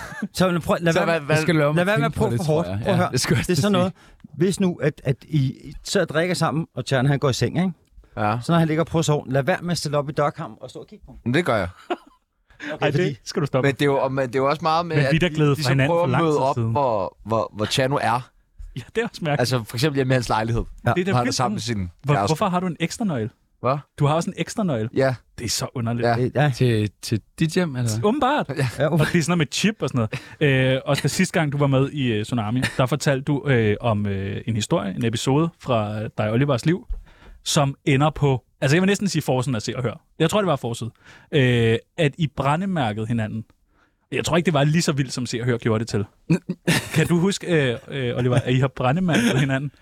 Så prøv, lad Så være, hvad, Det hvad, skal du lade lad mig være med at tænke på prøve det, for tror hårdt. jeg. Prøv at Ja, høre. det, skulle jeg Det er til sådan at noget, hvis nu, at, at I sidder og drikker sammen, og Tjern han går i seng, ikke? ja, Så når han ligger på soven, lad være med at stille op i dørkampen og stå og kigge på ham. men det gør jeg. Okay, Ej, fordi, det skal du stoppe. Men det er jo, men det er jo også meget med, Men vi at der glæde de fra så hinanden prøver for at lang møde tid op, siden. hvor, hvor, hvor Chano er. Ja, det er også mærkeligt. Altså for eksempel hjemme i hans lejlighed. Ja. Det er da Hvor han er vildt. sammen med sin Hvor, kæreste. hvorfor har du en ekstra nøgle? Hvad? Du har også en ekstra nøgle. Ja. Det er så underligt. Ja. Øh, ja, Til, til dit hjem, eller? Åbenbart. ja, Og det er sådan noget med chip og sådan noget. Øh, Oscar, sidste gang du var med i uh, Tsunami, der fortalte du øh, om øh, en historie, en episode fra dig og Olivers liv, som ender på, altså jeg vil næsten sige forsiden af Se og Hør. Jeg tror, det var forsiden. Øh, at I brændemærkede hinanden. Jeg tror ikke, det var lige så vildt, som Se og Hør gjorde det til. Kan du huske, øh, øh, Oliver, at I har brændemærket hinanden?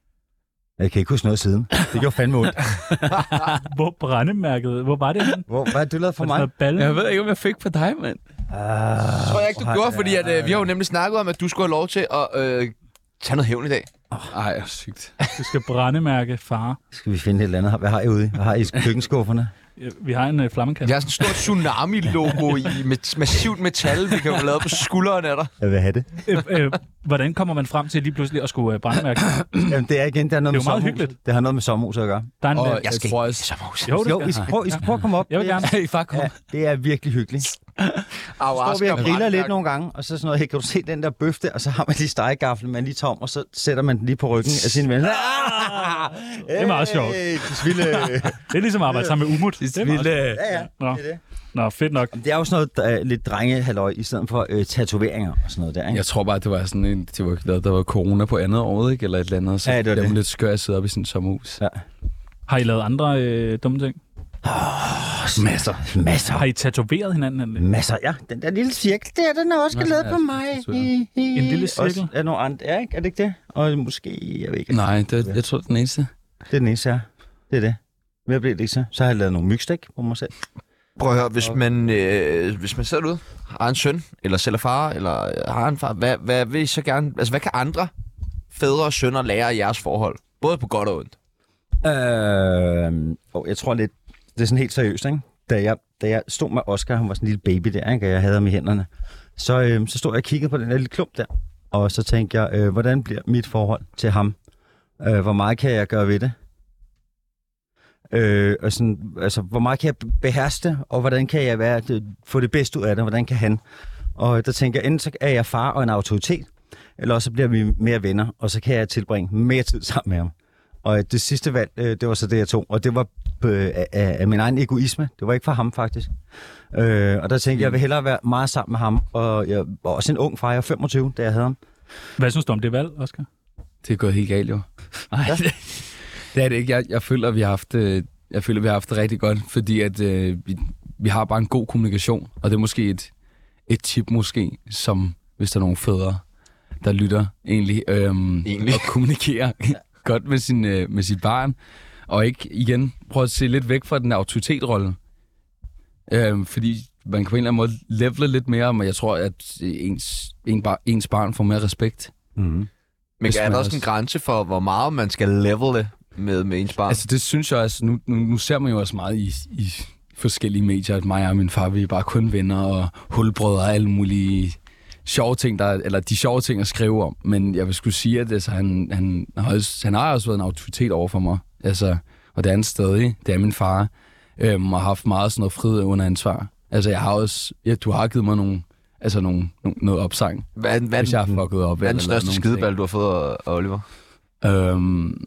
jeg kan ikke huske noget siden. Det gjorde fandme ondt. Hvor brændemærket? Hvor var det henne? Hvor, hvad har du lavet for Var det mig? sådan noget balle? Jeg ved ikke, om jeg fik på dig, mand. Uh, Det tror jeg ikke, du gjorde, fordi at, øh, vi har jo nemlig snakket om, at du skulle have lov til at øh, tage noget hævn i dag. Ej, sygt. Du skal brændemærke far. Skal vi finde et eller andet? Hvad har I ude? Hvad har I i køkkenskufferne? Vi har en uh, flammekasse. Jeg har sådan en stor tsunami-logo i med massivt metal, vi kan jo lave på skulderen af dig. Jeg vil have det. øh, øh, hvordan kommer man frem til lige pludselig at skulle uh, brændemærke? Jamen, det er igen, det har noget Det er jo med meget sommerhus. hyggeligt. Det har noget med sommerhus at gøre. Der er en, Og uh, jeg, jeg tror også... jo, det Jo, skal. I skal, prøve, I skal prøve at komme op. Jeg vil gerne. Hey, fuck, kom. Ja, det er virkelig hyggeligt. Står vi og griller lidt nogle gange, og så sådan noget, hey, kan du se den der bøf der, og så har man lige stegegaffel, man lige tager om, og så sætter man den lige på ryggen af sin ven. Det er meget sjovt. Hey, det sville. Det er ligesom at arbejde sammen med Umut. Det er meget sjovt. Ja, ja, Nå. det er det. Nå, fedt nok. Det er jo sådan noget uh, lidt drengehalløj, i stedet for uh, tatoveringer og sådan noget der, ikke? Jeg tror bare, det var sådan en... Det var, der, der var corona på andet år, ikke? Eller et eller andet. Så Ja, det var det var det. lidt skør at sidde op i sådan et sommerhus. Ja. Har I lavet andre øh, dumme ting? Masser. Masser. Har I tatoveret hinanden? Eller? Masser, ja. Den der lille cirkel der, den er også lavet på mig. En lille cirkel? Også er nogle andre, ja, ikke? Er det ikke det? Og måske, jeg ved ikke. Nej, det, jeg tror, det er den eneste. Det er den eneste, ja. Det er det. Mere bliver det ikke så. Så har jeg lavet nogle mygstik på mig selv. Prøv at høre, hvis man, øh, hvis man sidder derude, har en søn, eller selv er far, eller øh, har en far, hvad, hvad vil I så gerne... Altså, hvad kan andre fædre og sønner lære af jeres forhold? Både på godt og ondt. Øh, oh, jeg tror lidt, det er sådan helt seriøst, ikke? Da jeg, da jeg stod med Oscar, han var sådan en lille baby der, ikke? Og jeg havde ham i hænderne. Så, øh, så stod jeg og kiggede på den der lille klump der. Og så tænkte jeg, øh, hvordan bliver mit forhold til ham? Øh, hvor meget kan jeg gøre ved det? Øh, og sådan, altså, hvor meget kan jeg beherske det? Og hvordan kan jeg være, det, få det bedste ud af det? Hvordan kan han? Og der tænker jeg, enten så er jeg far og en autoritet, eller også så bliver vi mere venner, og så kan jeg tilbringe mere tid sammen med ham. Og det sidste valg, det var så det, jeg tog. Og det var af, af min egen egoisme. Det var ikke for ham, faktisk. Øh, og der tænkte jeg, jeg vil hellere være meget sammen med ham. Og jeg var også en ung far. Jeg var femogtyve, da jeg havde ham. Hvad synes du om det valg, Oscar? Det er gået helt galt, jo. Nej, ja. det, det er det ikke. Jeg, jeg føler, vi har haft det, jeg føler, vi har haft det rigtig godt, fordi at, øh, vi, vi har bare en god kommunikation. Og det er måske et, et tip, måske, som hvis der er nogle fædre, der lytter egentlig, øhm, egentlig. og kommunikerer godt med, sin, øh, med sit barn. Og ikke igen prøve at se lidt væk fra den autoritet-rolle. Øhm, fordi man kan på en eller anden måde levele lidt mere, men jeg tror, at ens, en bar, ens barn får mere respekt. Mm-hmm. Men er der også en grænse for, hvor meget man skal levele med, med ens barn? Altså det synes jeg også, nu, nu, nu ser man jo også meget i, i forskellige medier, at mig og min far, vi er bare kun venner og hulbrødre og alle mulige sjove ting, der, eller de sjove ting at skrive om. Men jeg vil skulle sige, at altså, han, han, han, han har også været en autoritet over for mig. Altså, og det er han stadig. Det er min far. Øhm, og har haft meget sådan noget frihed under ansvar. Altså, jeg har også... Ja, du har givet mig nogle, altså nogle, nogle, noget opsang. Hvad, hvad, hvis jeg har fucket op. Hvad er den største skideball, du har fået af Oliver? Øhm,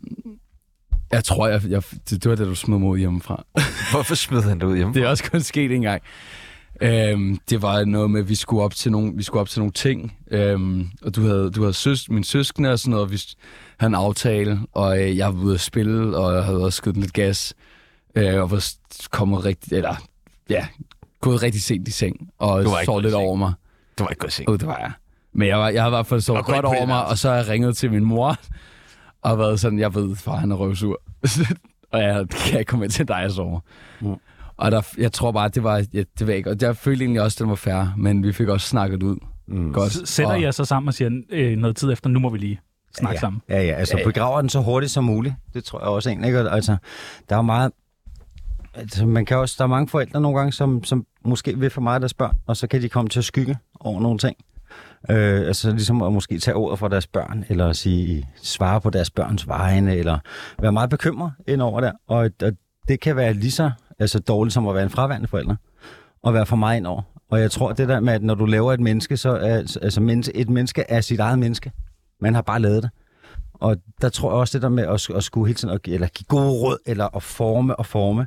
jeg tror, jeg, jeg, det, det var det, du smed mig ud hjemmefra. Hvorfor smed han dig ud hjemmefra? Det er også kun sket en gang. Øhm, det var noget med, at vi skulle op til nogle, vi skulle op til nogle ting. Øhm, og du havde, du havde søs, min søskende og sådan noget, vi havde en aftale, og øh, jeg var ude at spille, og jeg havde også skudt lidt gas. Øh, og var kommet rigtig, eller ja, gået rigtig sent i seng, og sovet lidt over mig. Du var ikke gået i seng. Oh, det var jeg. Men jeg, var, jeg havde i hvert fald sovet godt over mig, og så har jeg ringet til min mor, og været sådan, jeg ved, far, han er røvsur. Og jeg kan ikke komme ind til dig, jeg sover. Mm. Og der, jeg tror bare, det var, ja, det var ikke, og jeg følte egentlig også, at den var fair, men vi fik også snakket ud. Mm. Godt. Sætter og, jeg så sammen og siger øh, noget tid efter, nu må vi lige snakke ja, sammen? Ja, ja, altså ja, ja. Begraver den så hurtigt som muligt. Det tror jeg også egentlig, ikke? Altså, der er meget... Altså, man kan også, der er mange forældre nogle gange, som, som måske vil for meget af deres børn, og så kan de komme til at skygge over nogle ting. Øh, altså ligesom at måske tage ordet for deres børn, eller sige, svare på deres børns vegne, eller være meget bekymret ind over der. Og, og det kan være lige så altså, dårligt som at være en fraværende forælder, og være for meget ind over. Og jeg tror, det der med, at når du laver et menneske, så er altså, et menneske er sit eget menneske. Man har bare lavet det. Og der tror jeg også, det der med at, at skulle hele tiden, at, eller give gode råd, eller at forme og forme,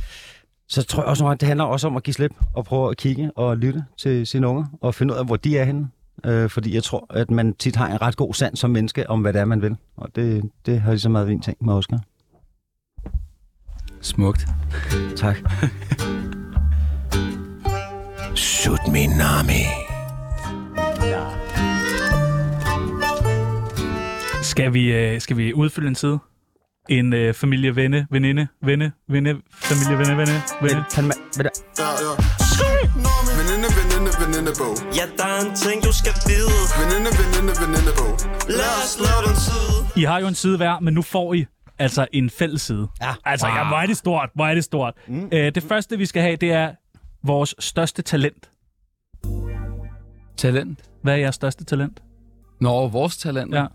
så tror jeg også, at det handler også om at give slip, og prøve at kigge og lytte til sine unger, og finde ud af, hvor de er henne. Øh, fordi jeg tror, at man tit har en ret god sans som menneske, om hvad det er, man vil. Og det, det har lige så meget fint ting med Oscar. Smukt. Tak. Tsunami. Skal vi, øh, skal vi udfylde en side? En øh, familie, venne, veninde, venne, venne, familie, venne, venne, venne. Tag den med. Ja, ja. Veninde, veninde, venindebog. Ja, der er en ting, du skal vide. Veninde, veninde, venindebog. Lad os lave den side. I har jo en side hver, men nu får I altså en fælles side. Ja. Altså, wow. ja, hvor er det stort, hvor er det stort. Mm. Øh, det første, vi skal have, det er vores største talent. Talent? Hvad er jeres største talent? Nå, vores talent? Ja.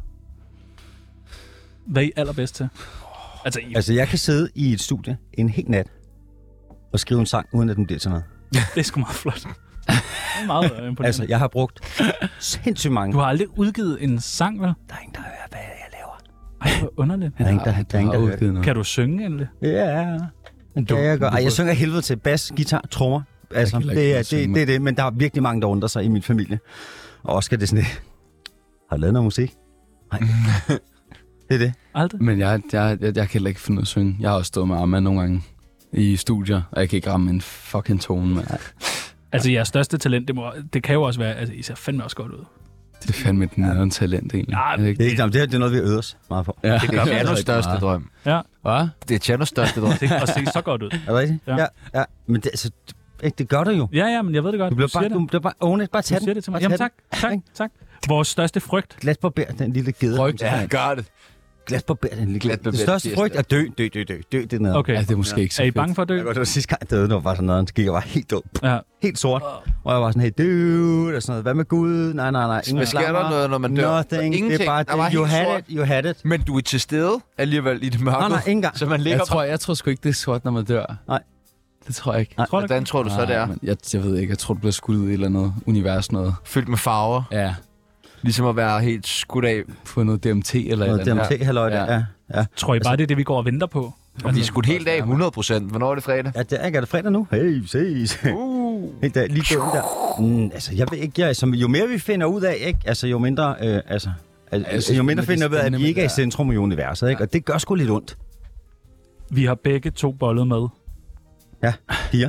Hvad er I allerbedst til? Altså, I... altså, jeg kan sidde i et studie en hel nat og skrive en sang, uden at den bliver til noget. Det er sgu meget flot. Det er meget imponerende. Altså, jeg har brugt sindssygt mange. Du har aldrig udgivet en sang, vel? Der er ingen, der hører, hvad jeg laver. Ej, hvor underligt. Der er ingen, der, der, er ingen, der hører det. Kan du synge endelig? Ja, det kan jeg godt. Ej, jeg synger helvede til bas, guitar, trommer. Altså, det er det, det, det, det, men der er virkelig mange, der undrer sig i min familie. Og Oscar, det er sådan det. Har du lavet noget musik? Nej. Det er det. Aldrig? Men jeg, jeg, jeg, jeg kan heller ikke finde ud af at synge. Jeg har også stået med Arma nogle gange i studier, og jeg kan ikke ramme en fucking tone, mand. Altså, jeres største talent, det, må, det kan jo også være, altså, I ser fandme også godt ud. Det er fandme et nederen talent, egentlig. Ja, det, det, er ikke, det, er, det er noget, vi øver os meget på. Ja. Det gør Chanos største drøm. Ja. Hvad? Det er Chanos største drøm. Det og se så godt ud. Er det rigtigt? Ja. Ja. ja. Men det, altså, det, det gør du jo. Ja, ja, men jeg ved det godt. Du bliver siger bare, det. du, du bare own it. Bare Du tag siger den. det til mig. Bare Jamen tag tak, den. tak, tak. Vores største frygt. Glasbarber, den lille gede. Frygt. Ja, gør det. Glasbarber, den lille gede. Glasbarber, Det største det er frygt er dø, dø, dø, dø, dø, det er noget. Okay. Ja, det er måske ikke så Er I fedt. bange for at dø? Det var sidste gang, jeg døde, når jeg var sådan noget, så gik jeg bare helt død. Ja. Helt sort. Og jeg var sådan helt, dude, og sådan noget. Hvad med Gud? Nej, nej, nej. Hvad sker der noget, når man dør? Nothing. Ingenting. Det er bare, Der var det, you helt had sort. it, you had it. Men du er til stede alligevel i det mørke. Nej, nej, ikke engang. Så man ligger Jeg tror, jeg tror sgu ikke, det er sort, når man dør. Nej. Det tror jeg ikke. Nej. Tror du Hvordan tror du så, det er? Men jeg, jeg ved ikke. Jeg tror, du bliver skudt ud i et eller andet univers noget. Fyldt med farver. Ja. Ligesom at være helt skudt af. Få noget D M T eller Noget et eller andet. D M T-halløj, Ja. ja. Ja. Tror I bare, det er det, vi går og venter på? Og de er skudt helt af hundrede procent. Hvornår er det fredag? Ja, det er ikke. Er det fredag nu? Hey, ses. Uh. Helt der, lige døden der. Mm, altså, jeg ved ikke, jeg, som, jo mere vi finder ud af, ikke? Altså, jo mindre, øh, altså, altså, synes, jo mindre det er finder vi ud af, at spændende vi med ikke er i det der. centrum af universet, ikke? Og det gør sgu lidt ondt. Vi har begge to bollet med. Ja, piger.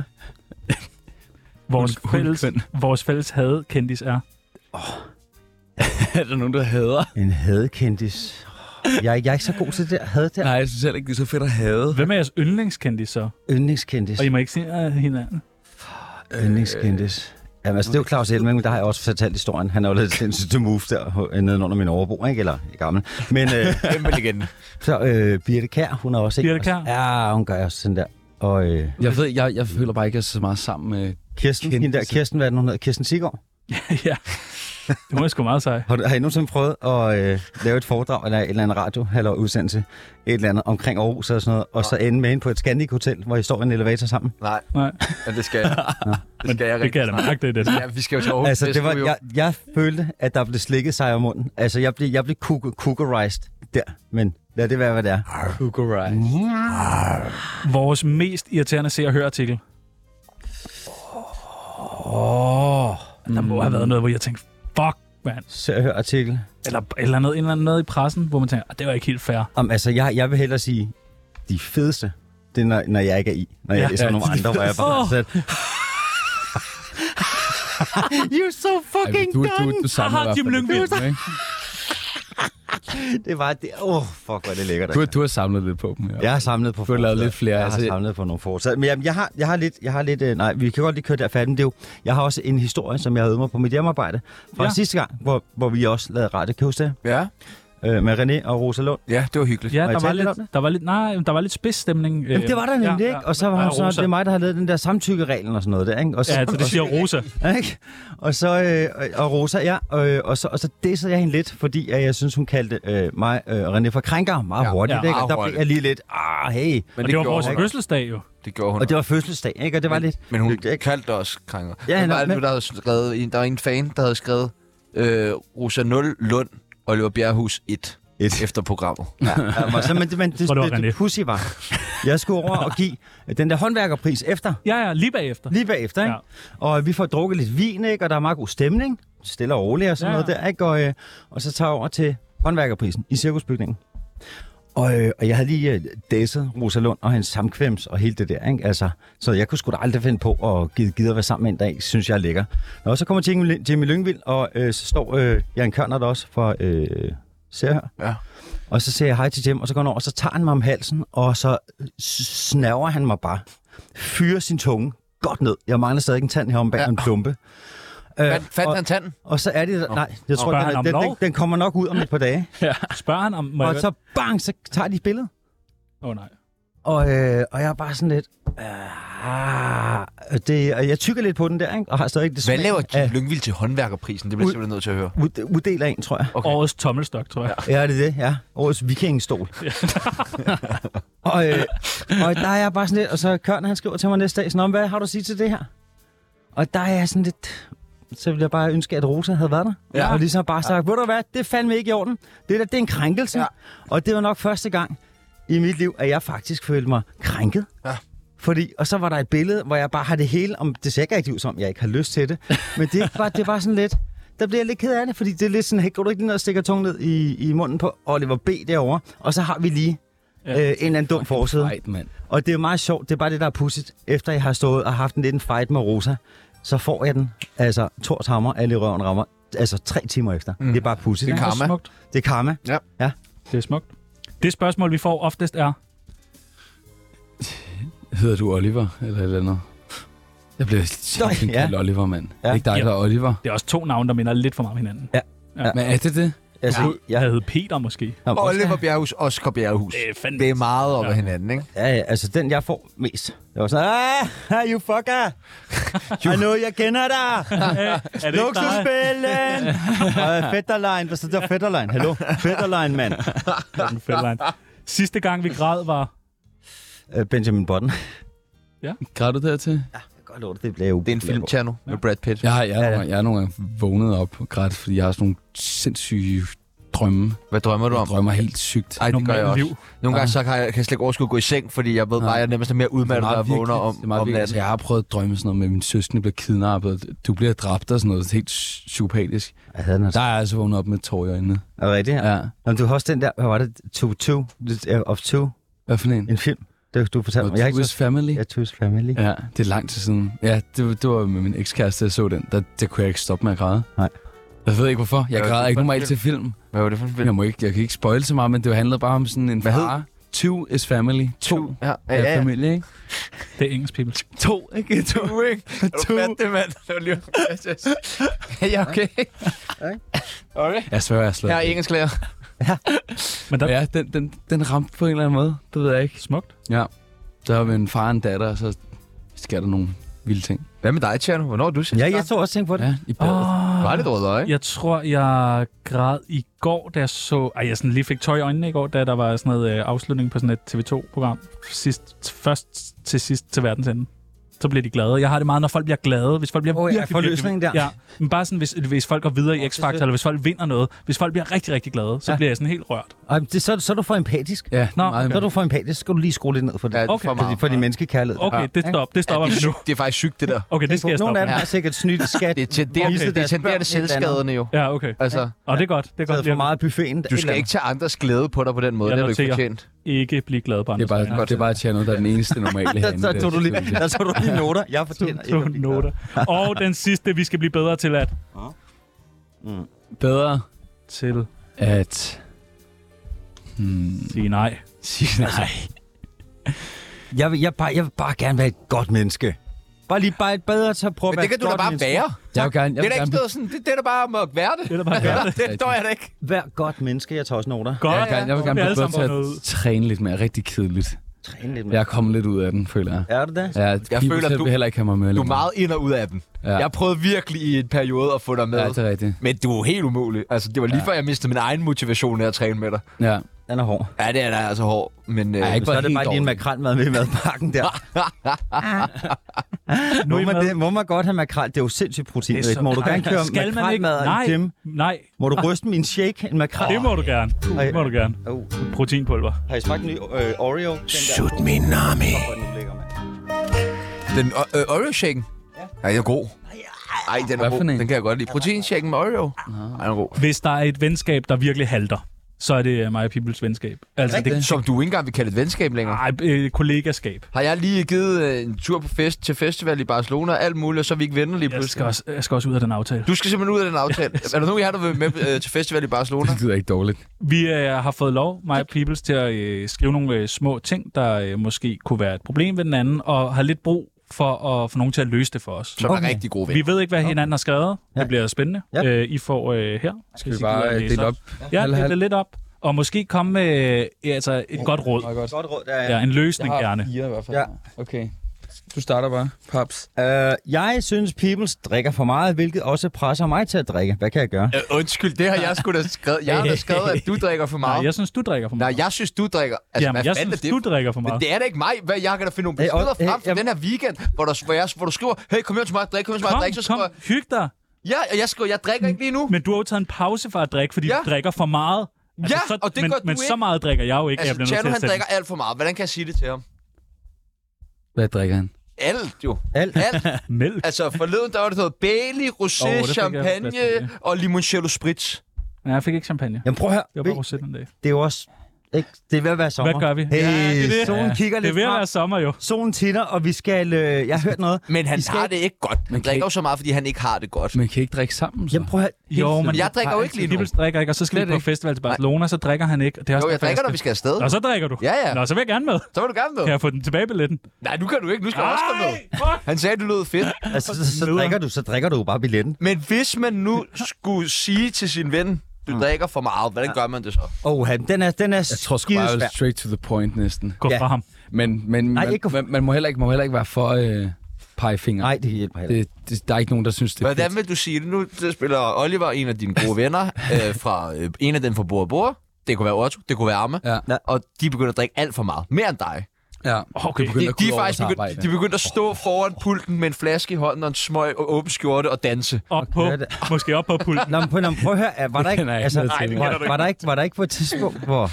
Vores Hun- fælles, hun- vores fælles hadekendis er. Er der nogen, der hader? En hadekendis. Jeg, er- jeg er ikke så god til det der had der. Nej, jeg synes heller ikke, det er så fedt at hade. Hvem er jeres yndlingskendis så? Yndlingskendis. Og I må ikke se uh, hinanden. Yndlingskendis. Jamen, altså, det er jo Claus Elming, men der har jeg også fortalt historien. Han er jo lidt sindssygt til move der øh, nede under min overbo, ikke? Eller gammel. Men øh, Kæmpe legende. så øh, Birte Kjær, hun er også ikke. Birte Kjær? Ja, hun gør også sådan der. Og øh, Jeg ved, jeg, jeg føler bare ikke, at jeg er så meget sammen med... Kirsten, Kendis. hende der, Kirsten, hvad er det, hun hedder? Kirsten Siggaard. Ja. Det må jeg sgu meget sej. Har, du- har I nogensinde prøvet at øh, lave et foredrag eller et eller andet radio eller udsendelse, et eller andet omkring Aarhus eller sådan noget, og så ende med ind på et Scandic Hotel, hvor I står i en elevator sammen? Nej, Nej, men det skal jeg. Det skal jeg det kan jeg da snart. mærke, det er det. Ja, vi skal jo til Aarhus. Altså, det var, skulle vi jo. jeg, jeg følte, at der blev slikket sig om munden. Altså, jeg blev, jeg blev cookerized der, men lad det være, hvad det er. Vores mest irriterende se- og hør-artikel. Åh, oh, Der må have været noget, hvor jeg tænkte, fuck, mand. så hør artikel. Eller, eller noget, en eller anden noget i pressen, hvor man tænker, "Ah, det var ikke helt fair. Om, altså, jeg, jeg vil hellere sige, de fedeste, det er, når, når jeg ikke er i. Når jeg Ja, læser ja, nogle de andre, hvor jeg bare Åh. oh. sat. You're so fucking du, du, done! du samler Haha, i hvert Jim fald Lyngvild. lidt på dem, ikke? Det var det. Åh, oh, fuck, hvor er det lækkert. Du, altså. du har samlet lidt på dem, ja. Jeg har samlet på Du har lavet forslag. lidt flere, Jeg har altså- samlet på nogle forslag. Men jeg, jeg, har, jeg har lidt... Jeg har lidt øh, nej, vi kan godt lige køre der færdig. Det er jo, jeg har også en historie, som jeg har øvet mig på mit hjemmearbejde. Fra Ja. ja. sidste gang, hvor, hvor vi også lavede radio. Kan du huske det? Ja, Øh, med René og Rosa Lund. ja, det var hyggeligt. Ja, Må jeg der var, tale lidt lidt, om det? der var lidt, nej, der var lidt spidsstemning. Jamen, det var der nemlig, ikke? Og så var han så, det er mig, der har lavet den der samtykkereglen og sådan noget der, ikke? Og så, Ja, altså, det siger Rosa. ikke? Og så, øh, og Rosa, ja, og, og så, og så dissede jeg hende lidt, fordi at jeg synes, hun kaldte øh, mig øh, René for krænker meget Ja, ja, hurtigt, ja, ikke? Og meget der blev hurtigt. jeg lige lidt, ah, hey. Men Og det var vores hun. fødselsdag jo. Det gjorde hun. Og det var fødselsdag, ikke? Og det var men, lidt... Men hun hyggeligt, ikke? kaldte os krænker. Ja, Ja, nå, var det, men- nu, der havde skrevet, en- der var en fan, der havde skrevet øh, Rosa nul Lund, Oliver Bjerrehus et, Et. efter programmet. Ja, ja, så, men, men det, Tror, det var det, det René. pussy var, jeg skulle over og give den der håndværkerpris efter, Ja, ja, lige bagefter. lige bagefter, ikke? Ja. Og vi får drukket lidt vin, ikke? Og der er meget god stemning, stille og roligt og sådan Ja, ja. noget der, ikke? Og, øh, og så tager jeg over til håndværkerprisen i Cirkusbygningen. Og, øh, og jeg havde lige øh, dæset Rosa Lund og hendes samkvæms og hele det der, ikke? Altså, så jeg kunne sgu da aldrig finde på at give, give at være sammen med en dag, synes jeg er lækker. Og så kommer Jimmy, Jimmy Lyngvild, og øh, så står øh, Jan Kørner der også fra øh, Se og Hør. Ja. Og så siger jeg hej til Jim, og så går han over, og så tager han mig om halsen, og så snæver han mig bare. Fyrer sin tunge godt ned. Jeg mangler stadig en tand heromme bag Ja. en plumpe. Øh, Fandt, fandt og, han tanden? og så er det... Nej, jeg tror, Spørger den, han om den, lov? den, den kommer nok ud om et par dage. Spørger han om... Må Og jeg... så bang, så tager de et billede. Åh oh, nej. Og, øh, og jeg er bare sådan lidt... Øh, det, og jeg tykker lidt på den der, ikke? Og har stadig det Hvad smag laver af- Kim Lyngvild til håndværkerprisen? Det bliver Ud- simpelthen nødt til at høre. ud- Uddeler en, tror jeg. Okay. Årets tommelstok, tror jeg. Ja, det er det, ja. Årets vikingstol. og, øh, og der er jeg bare sådan lidt... Og så Kørn, han skriver til mig næste dag, sådan om, hvad har du at sige til det her? Og der er jeg sådan lidt... Så ville jeg bare ønske, at Rosa havde været der. Ja. Og ligesom bare sagt, ved du hvad, det er fandme ikke i orden. Det der, det er en krænkelse. Ja. Og det var nok første gang i mit liv, at jeg faktisk følte mig krænket. Ja. Fordi, og så var der et billede, hvor jeg bare har det hele, om det ser ikke rigtig ud som, jeg ikke har lyst til det. Men det var, det var sådan lidt, der bliver jeg lidt ked af det, fordi det er lidt sådan, hey, går du ikke lige ned og stikker tungen ned i, i munden på Oliver B. derovre? Og så har vi lige Ja. øh, en eller anden dum forside. Fight, mand. Og det er meget sjovt, det er bare det, der er pudsigt. Efter jeg har stået og haft en liten fight med Rosa, så får jeg den, altså Thors hammer, alle i røven rammer, altså tre timer efter. Mm. Det er bare pudsigt. Det er ikke? karma. Smukt. Det er karma. Ja. Ja. Det er smukt. Det spørgsmål, vi får oftest er... Hedder du Oliver, eller et eller andet? Jeg bliver simpelthen ja. kaldt Oliver, mand. Ja. Ja. Ikke dig, Ja. der er Oliver. Det er også to navne, der minder lidt for meget om hinanden. Ja. Ja. Men er det det? Altså, Jeg jeg, havde Peter måske. jeg, Oliver Bjerghus, Oscar Bjerghus. Det er fandme... Det er meget op Ja. ad hinanden, ikke? ja, ja, altså den, jeg får mest. Det var sådan, ah, you fucker. I know, jeg kender dig. er det ikke dig? Luksusspillen. Og Fetterlein, hvad så der Fetterlein? Hallo? Fetterlein, mand. Den fældline. Sidste gang, vi græd, var... Øh, Benjamin Button. Græd du dertil? Jeg kan godt love det, det bliver jo... Det er en film, Tjerno, med Brad Pitt. Jeg har, jeg, Ja, ja. jeg, jeg er nogle gange vågnet op og grædt, fordi jeg har sådan nogle sindssyge drømme. Hvad drømmer du Jeg om? drømmer helt sygt. Ej, det gør jeg Normalt også. liv. Nogle gange Ja. så kan jeg, kan jeg slet ikke overskue at gå i seng, fordi jeg ved bare, Nej. at jeg er nærmest mere udmattet, når jeg vågner om, det er meget om virkelig. Altså, natten. jeg har prøvet at drømme sådan noget med, at min søskende bliver kidnappet, du bliver dræbt og sådan noget. Det er helt psykopatisk. Jeg havde den altså. Der er jeg altså vågnet op med tår i øjnene. Er det rigtigt? Ja. Jamen, du har også den der, hvad var det? Two, two, of Two, Hvad for en? en film. Det du fortalte mig. Jeg har ikke Two's så... Family? Ja, Two's Family. Ja, det er lang tid siden. Ja, det, var- det var med min ekskæreste, jeg så den. Der, der kunne jeg ikke stoppe med at græde. Nej. Jeg ved ikke hvorfor. Jeg Hvad var græder det ikke for en normalt film? til film. Hvad var det for en film? Jeg, må ikke, jeg kan ikke spoil så meget, men det handlede bare om sådan en Hvad hed? far. Two is family. To Ja, ja, er ja. familie, ikke? Det er engelsk, people. To, ikke? To, To, ikke? Har du To. fandt det, mand? Det var lige... Er jeg okay? Okay. Jeg svær, jeg slår. Jeg er engelsklærer. Men der er Ja, den, den, den ramte på en eller anden måde. Det ved jeg ikke. smukt. Ja. Så har vi en far og en datter, og så sker der nogle vilde ting. Hvad med dig, Tjerno? Hvornår er du sidst? Ja, jeg så også tænkt på det. Ja, i badet. Oh. Var det dårligt, ikke? Jeg tror, jeg græd i går, da jeg så... Ej, jeg sådan lige fik tøj i øjnene i går, da der var sådan noget øh, afslutning på sådan et T V to-program. Sidst, først til sidst til verdens ende. Så bliver de glade. Jeg har det meget, når folk bliver glade. Hvis folk bliver Åh, ja, virkelig, forløsningen virkelig, der. Ja, men bare sådan, hvis, hvis folk går videre i Åh, X-Factor, det er eller hvis folk vinder noget. Hvis folk bliver rigtig, rigtig glade, så Ja. bliver jeg sådan helt rørt. Ej, det, så, så er du for empatisk. Ja, Nå, meget. Så er du for empatisk, så skal du lige skrue lidt ned for det. Ja, det er Okay. for For, meget. for din menneskekærlighed. Okay, det, stop, det stopper Ja, vi det, er nu. sygt. Det er faktisk sygt, det der. Okay, det skal jeg Nogle stoppe. af dem har sikkert snydt skat. Det er tenderende, Vise det er deres tenderende børn et eller andet. selvskadende jo. Ja, okay. Altså, Og det er godt. Det er Taget godt. for meget buffeten. du skal ikke tage andres glæde på dig på den måde. Jeg Det har du ikke noterer. fortjent. Ikke blive glad på Det er andre. bare, det er bare Tjerno, der er den eneste normale Der, herinde. der, Det tog du er lige, selvfølgelig- der tog du lige noter. Jeg fortjener To, to ikke at blive glad. noter. Og den sidste, vi skal blive bedre til at... Bedre Til at hmm, sige nej. sige nej. Jeg vil, jeg, bare, jeg vil bare gerne være et godt menneske. Bare lige bare et bedre til at prøve at Men være det kan et du da godt bare menneske. være. Jeg vil gerne, jeg Det er vil da ikke gerne, noget sådan, det, det er da bare må være det. Det er da bare Ja, det. det står jeg da ikke. Vær godt menneske. Jeg tager også noter. Godt. jeg vil gerne, jeg vil gerne Vi er blive alle bedre til sammen at noget. træne lidt mere. Rigtig kedeligt. Træne lidt med. Jeg er kommet lidt ud af den, føler jeg. Er det det? Ja, jeg føler, føler, du- vil heller ikke have mig med Du er længere. meget ind og ud af den. Ja. Jeg prøvede virkelig i en periode at få dig med. Ja, det er rigtigt. Men du er helt umulig. Altså, det var lige før, jeg mistede min egen motivation af at træne med dig. Ja. Den er hård. Ja, det er da altså hård. Men, Ja, øh, ikke Så er det helt bare lige en dårligt. makrelmad med i madpakken der. Nu må, er I man med. det, må man godt have makrel? Det er jo sindssygt proteinrigt. Det er så- Må du gerne køre Skal man ikke? makrelmad Nej. i gym? Nej. Må du ryste min shake? En makrel? Det må du gerne. Ej. Det må du gerne. Oh. Proteinpulver. Har I smagt den nye øh, Oreo? Den Shoot me, Nami. Den øh, Oreo-shaken? Ja. Den er god. Ej, den er Hvad for god. en? Den kan jeg godt lide. Proteinshaken med Oreo. Ej, den er god. Hvis der er et venskab, der virkelig halter, så er det mig og Peoples venskab. Altså, det Som du ikke engang vil kalde et venskab længere. Ej, øh, kollegaskab. Har jeg lige givet øh, en tur på fest til festival i Barcelona og alt muligt, og så er vi ikke venner lige Jeg pludselig. skal, også, jeg skal også ud af den aftale. Du skal simpelthen ud af den aftale. Er der nogen af jer, der vil med øh, til festival i Barcelona? Det lyder ikke dårligt. Vi øh, har fået lov, mig og Peoples, til at øh, skrive nogle øh, små ting, der øh, måske kunne være et problem ved den anden, og har lidt brug for at få nogen til at løse det for os. Som okay. er rigtig gode venner. Vi ved ikke, hvad hinanden har skrevet. Ja. Det bliver spændende. Ja. Øh, I får øh, her. Skal vi bare dele op? Ja, dele lidt op. Og måske komme med øh, altså et oh, godt råd. Godt. Godt råd, der er. Ja, en løsning jeg har gerne. fire i hvert fald. Ja. Okay. Du starter bare, Paps. Uh, jeg synes, Peoples drikker for meget, hvilket også presser mig til at drikke. Hvad kan jeg gøre? Uh, undskyld, det har jeg sgu da skrevet. Jeg har da skrevet, at du drikker for meget. Nej, jeg synes, du drikker for meget. Nej, jeg synes, du drikker... Altså, Jamen, hvad jeg synes, er det? du drikker for meget. Men det er da ikke mig. Hvad, jeg kan da finde nogle Hey, beskeder hey, frem fra jeg- den her weekend, hvor, der, hvor, jeg, hvor du skriver, hey, kom hjem til mig og drik, kom hjem til mig og Kom, drik. Så skriver kom, jeg, hyg dig. ja, og jeg skriver, jeg drikker ikke lige nu. Men du har jo taget en pause fra at drikke, fordi Ja. du drikker for meget. Altså, Ja, så, og det men, gør du men ikke. så meget drikker jeg jo ikke, at jeg Altså, bliver nødt Tjano, til at han sætte. drikker alt for meget. Hvordan kan jeg sige det til ham? Hvad drikker han? Alt jo. Alt. Alt. Mælk. Altså, forleden der var det noget Bailey, rosé, Åh, det fik jeg champagne plads til. og limoncello spritz. Nej, jeg fik ikke champagne. Jamen prøv her. Det var bare rosé den dag. Det er jo også... Ikke? Det er ved at være sommer. Hvad gør vi? Hey, Ja, det er det. solen Ja. kigger Det lidt er ved at frem. være sommer jo. Solen titter, og vi skal... Øh, jeg har hørt noget. Men han Vi skal har ikke- det ikke godt. Han kan drikker ikke- jo så meget, fordi han ikke har det godt. Man kan ikke drikke sammen, så. Jamen prøv her. Jo, men Jeg drikker jo ikke lige nu. Peoples drikker ikke, og så skal Slet vi på ikke. festival til Barcelona, så drikker han ikke. Og det er også Jo, jeg derfor, drikker, når skal- vi skal afsted. Nå, så drikker du. Ja, ja. Nå, så vil jeg gerne med. Så vil du gerne med. Kan jeg få den tilbagebilletten? Nej, nu kan du ikke. Nu skal du også komme med. Han sagde, det lød fedt. Altså, så, så, drikker du, så drikker du jo bare billetten. Men hvis man nu skulle sige til sin ven, du drikker for meget, hvordan gør man det så? Åh, oh, den er, den er Jeg tror sgu bare, jeg skidesvær. er straight to the point næsten. Gå Ja. fra ham. Men, men Nej, man, ikke gå- man, man, må heller ikke, må heller ikke være for øh, pegefinger. Nej, det hjælper heller. Det, det, der er ikke nogen, der synes, det er Hvordan fedt. vil du sige det? Nu der spiller Oliver, en af dine gode venner, øh, fra øh, en af dem fra Bord Bord. Det kunne være Otto, det kunne være Arme. Ja. Og de begynder at drikke alt for meget. Mere end dig. Ja, Okay. det begynder De, at de, gå er over faktisk vores begyndt, arbejde. de begyndte at stå foran pulten med en flaske i hånden og en smøg og åben skjorte og danse. Op på, Ja, det- måske op på pulten. Nå, men prøv, nå, men prøv at høre. Var der ikke, kender jeg ikke altså, noget til. Nej, det var, kender du var, der ikke, var der ikke på et tidspunkt, hvor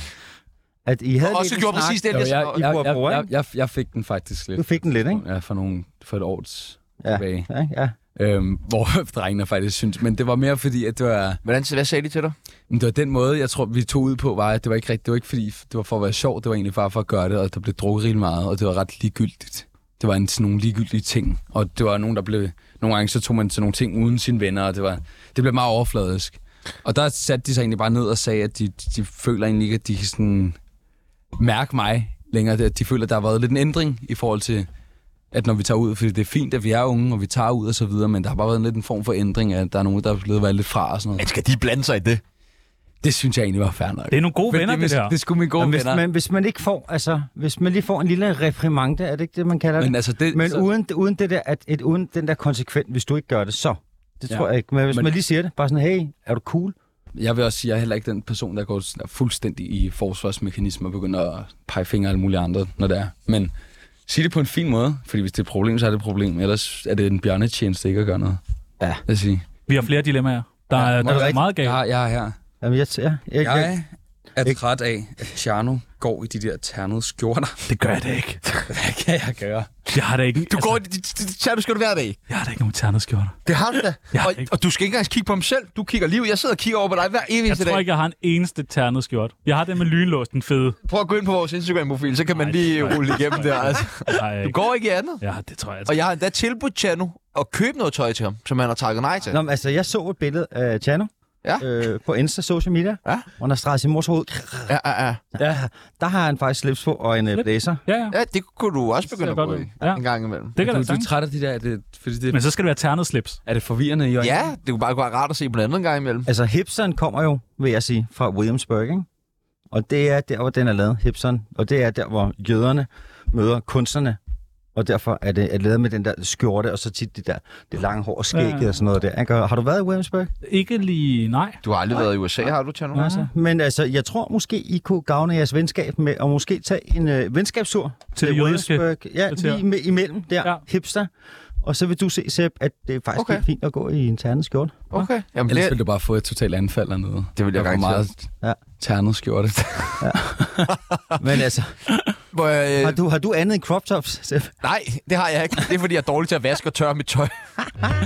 at I havde Og lidt så en gjorde snak? præcis det, Jo, jeg jeg, sagde. jeg, bor jeg, på, jeg, ikke? jeg, jeg fik den faktisk lidt. Du fik den lidt, ikke? Ja, for, nogle, for et års Ja. tilbage. Ja, ja. Øhm, hvor drengene faktisk synes. Men det var mere fordi, at det var, Hvordan, hvad sagde de til dig? men det var den måde, jeg tror, vi tog ud på, var, at det var ikke rigtigt. Det var ikke fordi, det var for at være sjovt. Det var egentlig bare for at gøre det, og der blev drukket rigtig meget, og det var ret ligegyldigt. Det var en, sådan nogle ligegyldige ting, og det var nogen, der blev... Nogle gange så tog man til nogle ting uden sine venner, og det, var, det blev meget overfladisk. Og der satte de sig egentlig bare ned og sagde, at de, de føler egentlig ikke, at de kan sådan mærke mig længere. At de føler, at der har været lidt en ændring i forhold til, at når vi tager ud, fordi det er fint, at vi er unge, og vi tager ud og så videre, men der har bare været lidt en form for ændring, at der er nogen, der er blevet været lidt fra og sådan noget. Men skal de blande sig i det? Det synes jeg egentlig var fair nok. Det er nogle gode venner, det der. Det skulle mine gode Men hvis, venner. man, hvis man ikke får, altså, hvis man lige får en lille reprimande, er det ikke det, man kalder det? Men altså, det... Men så, uden, uden, det der, at et, uden den der konsekvent, hvis du ikke gør det, så. Det Ja. tror jeg ikke. Men hvis Men- man lige siger det, bare sådan, hey, er du cool? Jeg vil også sige, at jeg er heller ikke den person, der går sådan- fuldstændig i forsvarsmekanismer og begynder at pege fingre af alle mulige andre, når det er. Men sig det på en fin måde, fordi hvis det er et problem, så er det et problem. Ellers er det en bjørnetjeneste ikke at gøre noget. Ja. Lad os sige. Vi har flere dilemmaer. Der Ja, er, må der det er rigtigt? meget galt. Jeg, har- jeg er her. Jamen, jeg, jeg, jeg, jeg, Jeg er Ikke- træt af, at Tjerno går i de der ternede skjorter. Det gør jeg da ikke. Hvad kan jeg gøre? Jeg har da ikke... Du går i det, du skal du hver dag. Jeg har da ikke nogen terneskjorter. Det har du da. Jeg har Og, ikke. og du skal ikke engang kigge på ham selv. Du kigger liv. Jeg sidder og kigger over på dig hver evig Jeg eneste tror dag. ikke, jeg har en eneste ternet skjort. Jeg har den med lynlås, den fede. Prøv at gå ind på vores Instagram-profil, så kan man Nej, lige det tror jeg rulle igennem der. Altså. Det har jeg Du ikke. går ikke i andet. Ja, det tror jeg. Og jeg har endda tilbudt Tjano at købe noget tøj til ham, som han har takket nej til. Nå, men, altså, jeg så et billede af Tjano Ja. øh, på Insta social media, Ja. hvor han har streget sin mors hoved. Ja, ja, ja. Ja, der har han faktisk slips på og en øh, Slip. blazer. Ja, ja. Ja, det kunne du også Det begynde ser at gå godt i ud. Ja. en gang imellem. Det kan Du, da du er sagtens. træt af de der... Det, fordi det, Men så skal det være ternet slips. er det forvirrende i øjnene? Ja, det kunne bare være rart at se på den anden gang imellem. Altså, hipsteren kommer jo, vil jeg sige, fra Williamsburg, ikke? Og det er der, hvor den er lavet, hipsteren. Og det er der, hvor jøderne møder kunstnerne. Og derfor er det er lavet med den der skjorte, og så tit det der det lange hår og skægget Ja, ja. og sådan noget der. Ikke? Har du været i Williamsburg? Ikke lige... Nej. Du har aldrig været i U S A, har du, Tjano? Nej. Altså, men altså, jeg tror måske, I kunne gavne jeres venskab med at måske tage en øh, venskabstur Til det jødiske Williamsburg. Ja, kvarter. lige med, imellem der, Ja. ja. hipster. Og så vil du se, Sepp, at det er faktisk Okay. okay. fint at gå i en ternet skjorte. Okay. Jamen, Ellers det, ville du bare få et totalt anfald dernede. det vil jeg Der var gerne meget Ja. ternet skjorte. Men altså, Hvor, øh, har du, har du andet end crop tops, Sepp? nej, det har jeg ikke. Det er, fordi jeg er dårlig til at vaske og tørre mit tøj. Der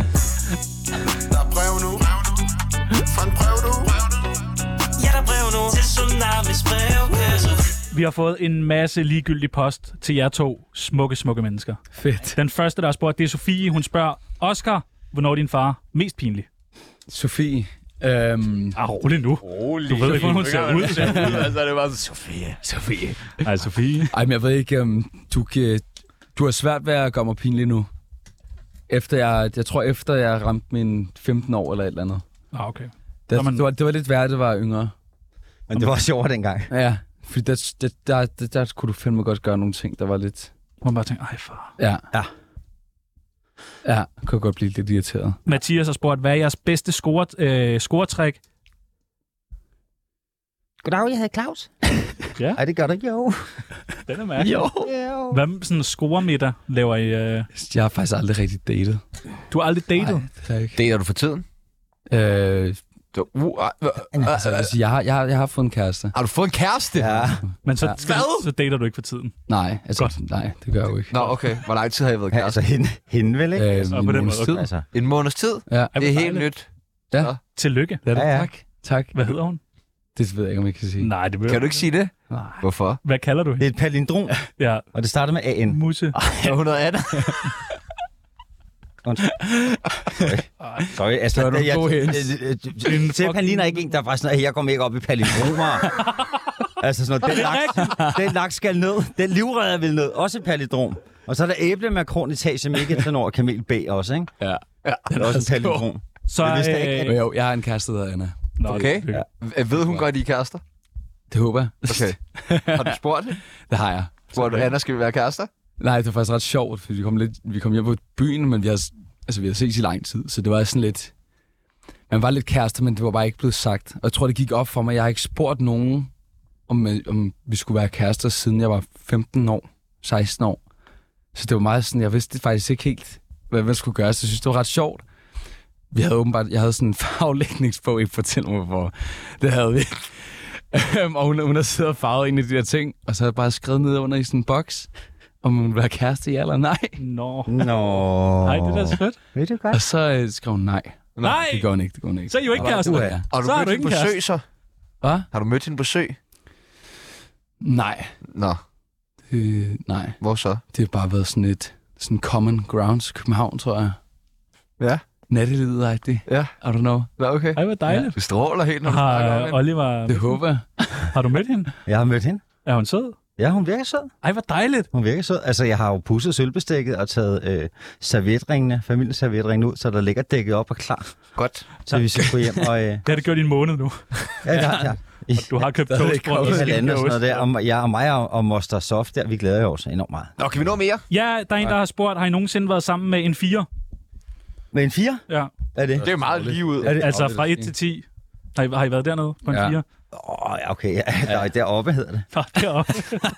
er brev nu. Fra en brev du. Ja, der er brev nu til Tsunamis brevkasse. Vi har fået en masse ligegyldig post til jer to smukke, smukke mennesker. Fedt. Den første, der har spurgt, det er Sofie. Hun spørger, Oscar, hvornår er din far mest pinlig? Sofie. Øhm, Ah, rolig nu. Rolig. Du ved ikke, hvordan hun ser ud. altså, det var så Sofie. Sofie. Nej, Sofie. Ej, men jeg ved ikke, om du kan... Du har svært ved at gøre mig pinlig nu. Efter jeg, jeg tror, efter jeg ramte min femten år eller et eller andet. Ah, okay. Det, man... det, var, det var lidt værd, det var yngre. Men det var sjovt dengang. Ja, fordi der, der, der, der, der kunne du fandme godt gøre nogle ting, der var lidt... Man bare tænke, ej far. Ja. Ja. Ja, kunne godt blive lidt irriteret. Mathias har spurgt, hvad er jeres bedste score, øh, scoretræk? Goddag, jeg hedder Claus. Ja. Ej, det gør du ikke, jo. Den er mærkelig. Jo. jo. Hvad med sådan en scoremiddag laver I? Øh... Jeg har faktisk aldrig rigtig datet. Du har aldrig datet? Nej, det har jeg ikke. Dater du for tiden? Øh, Du, uh, uh, uh, altså, altså, jeg, har, jeg, har, jeg har fået en kæreste. har du fået en kæreste? Ja. Men så, Ja. skal, så dater du ikke for tiden? Nej, altså, Godt. nej, det gør jeg jo ikke. Nå, okay. Hvor lang tid har I været Ja, kæreste? altså hende, hende vel, ikke? Øh, Altså, en på den måneds måde, tid. Altså, En måneds tid? Ja, Ej, Det hvor er helt dejligt. nyt. Tillykke. ja, det, Ja, ja. tak. Tak. Hvad hedder hun? Det ved jeg ikke, om jeg kan sige. Nej, det vil Kan du ikke sige det? Nej. Hvorfor? Hvad kalder du det hende? er et palindrom, Ja, og det starter med A N. Musse. Er hun noget andet? Sorry, altså... Så er du jeg- god jeg- hens. jeg- jeg- jeg- Selv han ligner ikke en, der var sådan, at jeg går ikke op i palindromer. Altså sådan noget, den laks, den laks skal ned. Den livredder vil ned. Også et palindrom. Og så er der æblemakron etage med ikke sådan over kamel B også, ikke? Ja. Ja. Det er også en palindrom. Så, Det vidste jeg ikke, øh, Men jo, jeg har en kæreste, der hedder Anna. Nå, Okay. det- Ja. Ved hun godt, I er kærester? Det håber jeg. Okay. Har du spurgt det? Det har jeg. Spurgte du, Anna, skal vi være kærester? Nej, det var faktisk ret sjovt, fordi vi kom, lidt, vi kom hjem på byen, men vi har, altså, vi har ses i lang tid, så det var sådan lidt... Man var lidt kærester, men det var bare ikke blevet sagt. Og jeg tror, det gik op for mig. Jeg har ikke spurgt nogen, om, om vi skulle være kærester, siden jeg var femten år, seksten år. Så det var meget sådan, jeg vidste faktisk ikke helt, hvad man skulle gøre, så jeg synes, det var ret sjovt. Vi havde åbenbart, jeg havde sådan en faglægningsbog, ikke fortælle mig, hvor det havde vi. Og hun, hun har siddet og farvet en af de der ting, og så har jeg bare skrevet ned under i sådan en boks, om hun vil være kæreste, ja eller nej. Nå. Nå. Nej, det er da så fedt. Ved du godt? Og så øh, skrev hun nej. Nej! Det går hun ikke, det går hun ikke. Så er I jo ikke kærester. Du er- Ja. Og du Så har mødte du hende på ikke en besøg, så? Hvad? Har du mødt hende på besøg? Nej. Nå, Øh, nej. hvor så? Det har bare været sådan et sådan common grounds København, tror jeg. Ja. Nattelivet-agtigt. Ja. I don't know. Nå, okay. Ej, hvor dejligt. Du stråler helt, når du snakker om Har hende. Oliver... Det håber jeg. Har du mødt hende? Jeg har mødt hende. Er hun sød? Ja, hun virker sød. Ej, hvor dejligt. Hun virker sød. Altså, jeg har jo pudset sølvbestikket og taget øh, servietringene, familiens servietringene ud, så der ligger dækket op og klar. Godt. Så vi skal gå hjem og... Øh, Det har det gjort i en måned nu. ja, det har jeg. I, Du har købt Der er ikke toastbrød. kommet i halvandet og sådan noget der. der. Og jeg og mig og, og Moster Soft der, vi glæder jo os enormt meget. Nå, kan vi nå mere? Ja, der er en, der har spurgt, har I nogensinde været sammen med en fire? Med en fire? Ja, Er det? Det er jo meget lige ud. Er det? altså det er fra et fint. til ti. Har I, har I været dernede på en Ja. fire? Åh, oh, ja, okay. Ja, der, deroppe hedder det. Nå, deroppe.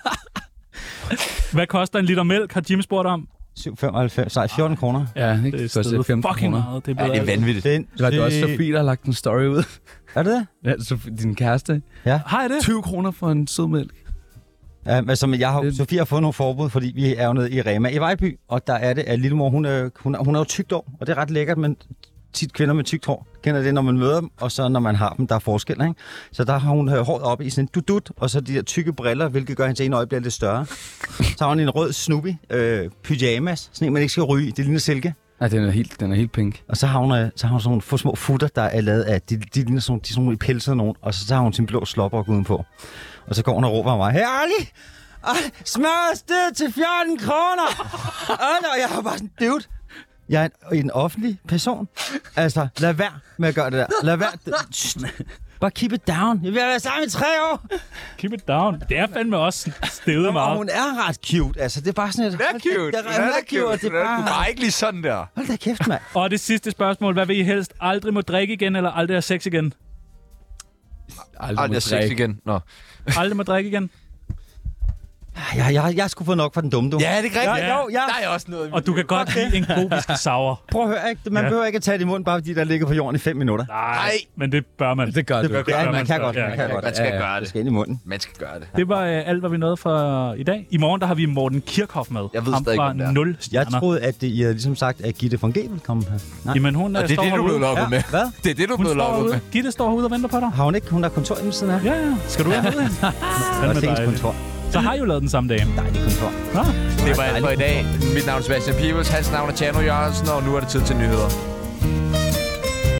Hvad koster en liter mælk, har Jim spurgt om? syv komma femoghalvfems, nej, fjorten kroner. Ja, ikke? Det er Det koster stedet femten fucking kroner. meget. Det er, Ja, blevet det er vanvittigt. Den, Det var det også Sofie, der har lagt en story ud. Er det det? Ja, Sofie, din kæreste. Har I det? tyve kroner for en sødmælk. Ja, altså, men jeg har, Det- Sofie har fået nogle forbud, fordi vi er jo nede i Rema i Vejby, og der er det, at lillemor, hun er, hun er, hun er jo tykt år, og det er ret lækkert, men tit kvinder med tykt hår kender det, når man møder dem, og så når man har dem, der er forskel, ikke? Så der har hun øh, håret op i sådan en dudut, og så de der tykke briller, hvilket gør, at hendes ene øje bliver lidt større. Så har hun en rød Snoopy øh, pyjamas, sådan en, man ikke skal ryge i, det ligner silke. Nej, den er helt, den er helt pink. Og så har hun, øh, så har hun sådan nogle få små futter, der er lavet af, de, de ligner sådan, de er sådan nogle pelsede nogen, og så, så har hun sin blå slåbrok udenpå. Og så går hun og råber af mig, hey Ali, smør sted til fjorten kroner! Og jeg har bare sådan, dude, jeg er en, en offentlig person. Altså, lad være med at gøre det der. Lad være. Shh. Bare keep it down. Jeg vil være sammen i tre år. Keep it down. Det er fandme også steget Og meget. hun er ret cute. Altså, det er bare sådan et... Det er cute. Det er, hun er cute. Det er Du er bare... bare ikke lige sådan der. Hold da kæft, mand. Og det sidste spørgsmål. Hvad vil I helst? Aldrig må drikke igen, eller aldrig have sex igen? Aldrig Ej, må det er sex drikke. igen. Nå. Aldrig må drikke igen? Jeg, jeg, jeg skulle få nok for den dumme, du. Ja, det er rigtigt. Ja. Jo, ja. Der er også noget. Og du kan godt lide en god whisky sour. Prøv at høre, ikke? Man Ja. behøver ikke at tage det i munden, bare fordi der ligger på jorden i fem minutter. Nej, men det bør man. Det gør Det du. bør, ja, man kan godt. Ja, Man kan godt. Man skal Ja, ja. gøre Det det. skal ind i munden. Man skal gøre det. Det var øh, alt, hvad vi nåede for i dag. I morgen der har vi Morten Kirchhoff med. Jeg ved Ham stadig ikke, fra hvem det er. nul Jeg stjerner. troede, at det, I havde ligesom sagt, at Gitte von G ville komme her. Nej. Jamen hun Og øh, det er står det, du er blevet herude. loppet med. Hvad? Det er det, du er Hun blevet står loppet med. herude. Gitte står herude og venter på dig. Har hun ikke? Hun har kontor inde ved siden af. Ja, ja. Skal du ind med hende? Og Fandme Tings dejligt. kontor. Så har I jo lavet den samme dag. Dejligt kontor. Nå. Det var alt for i dag. Mit navn er Sebastian Peebles, hans navn er Tjano Jørgensen, og nu er det tid til nyheder.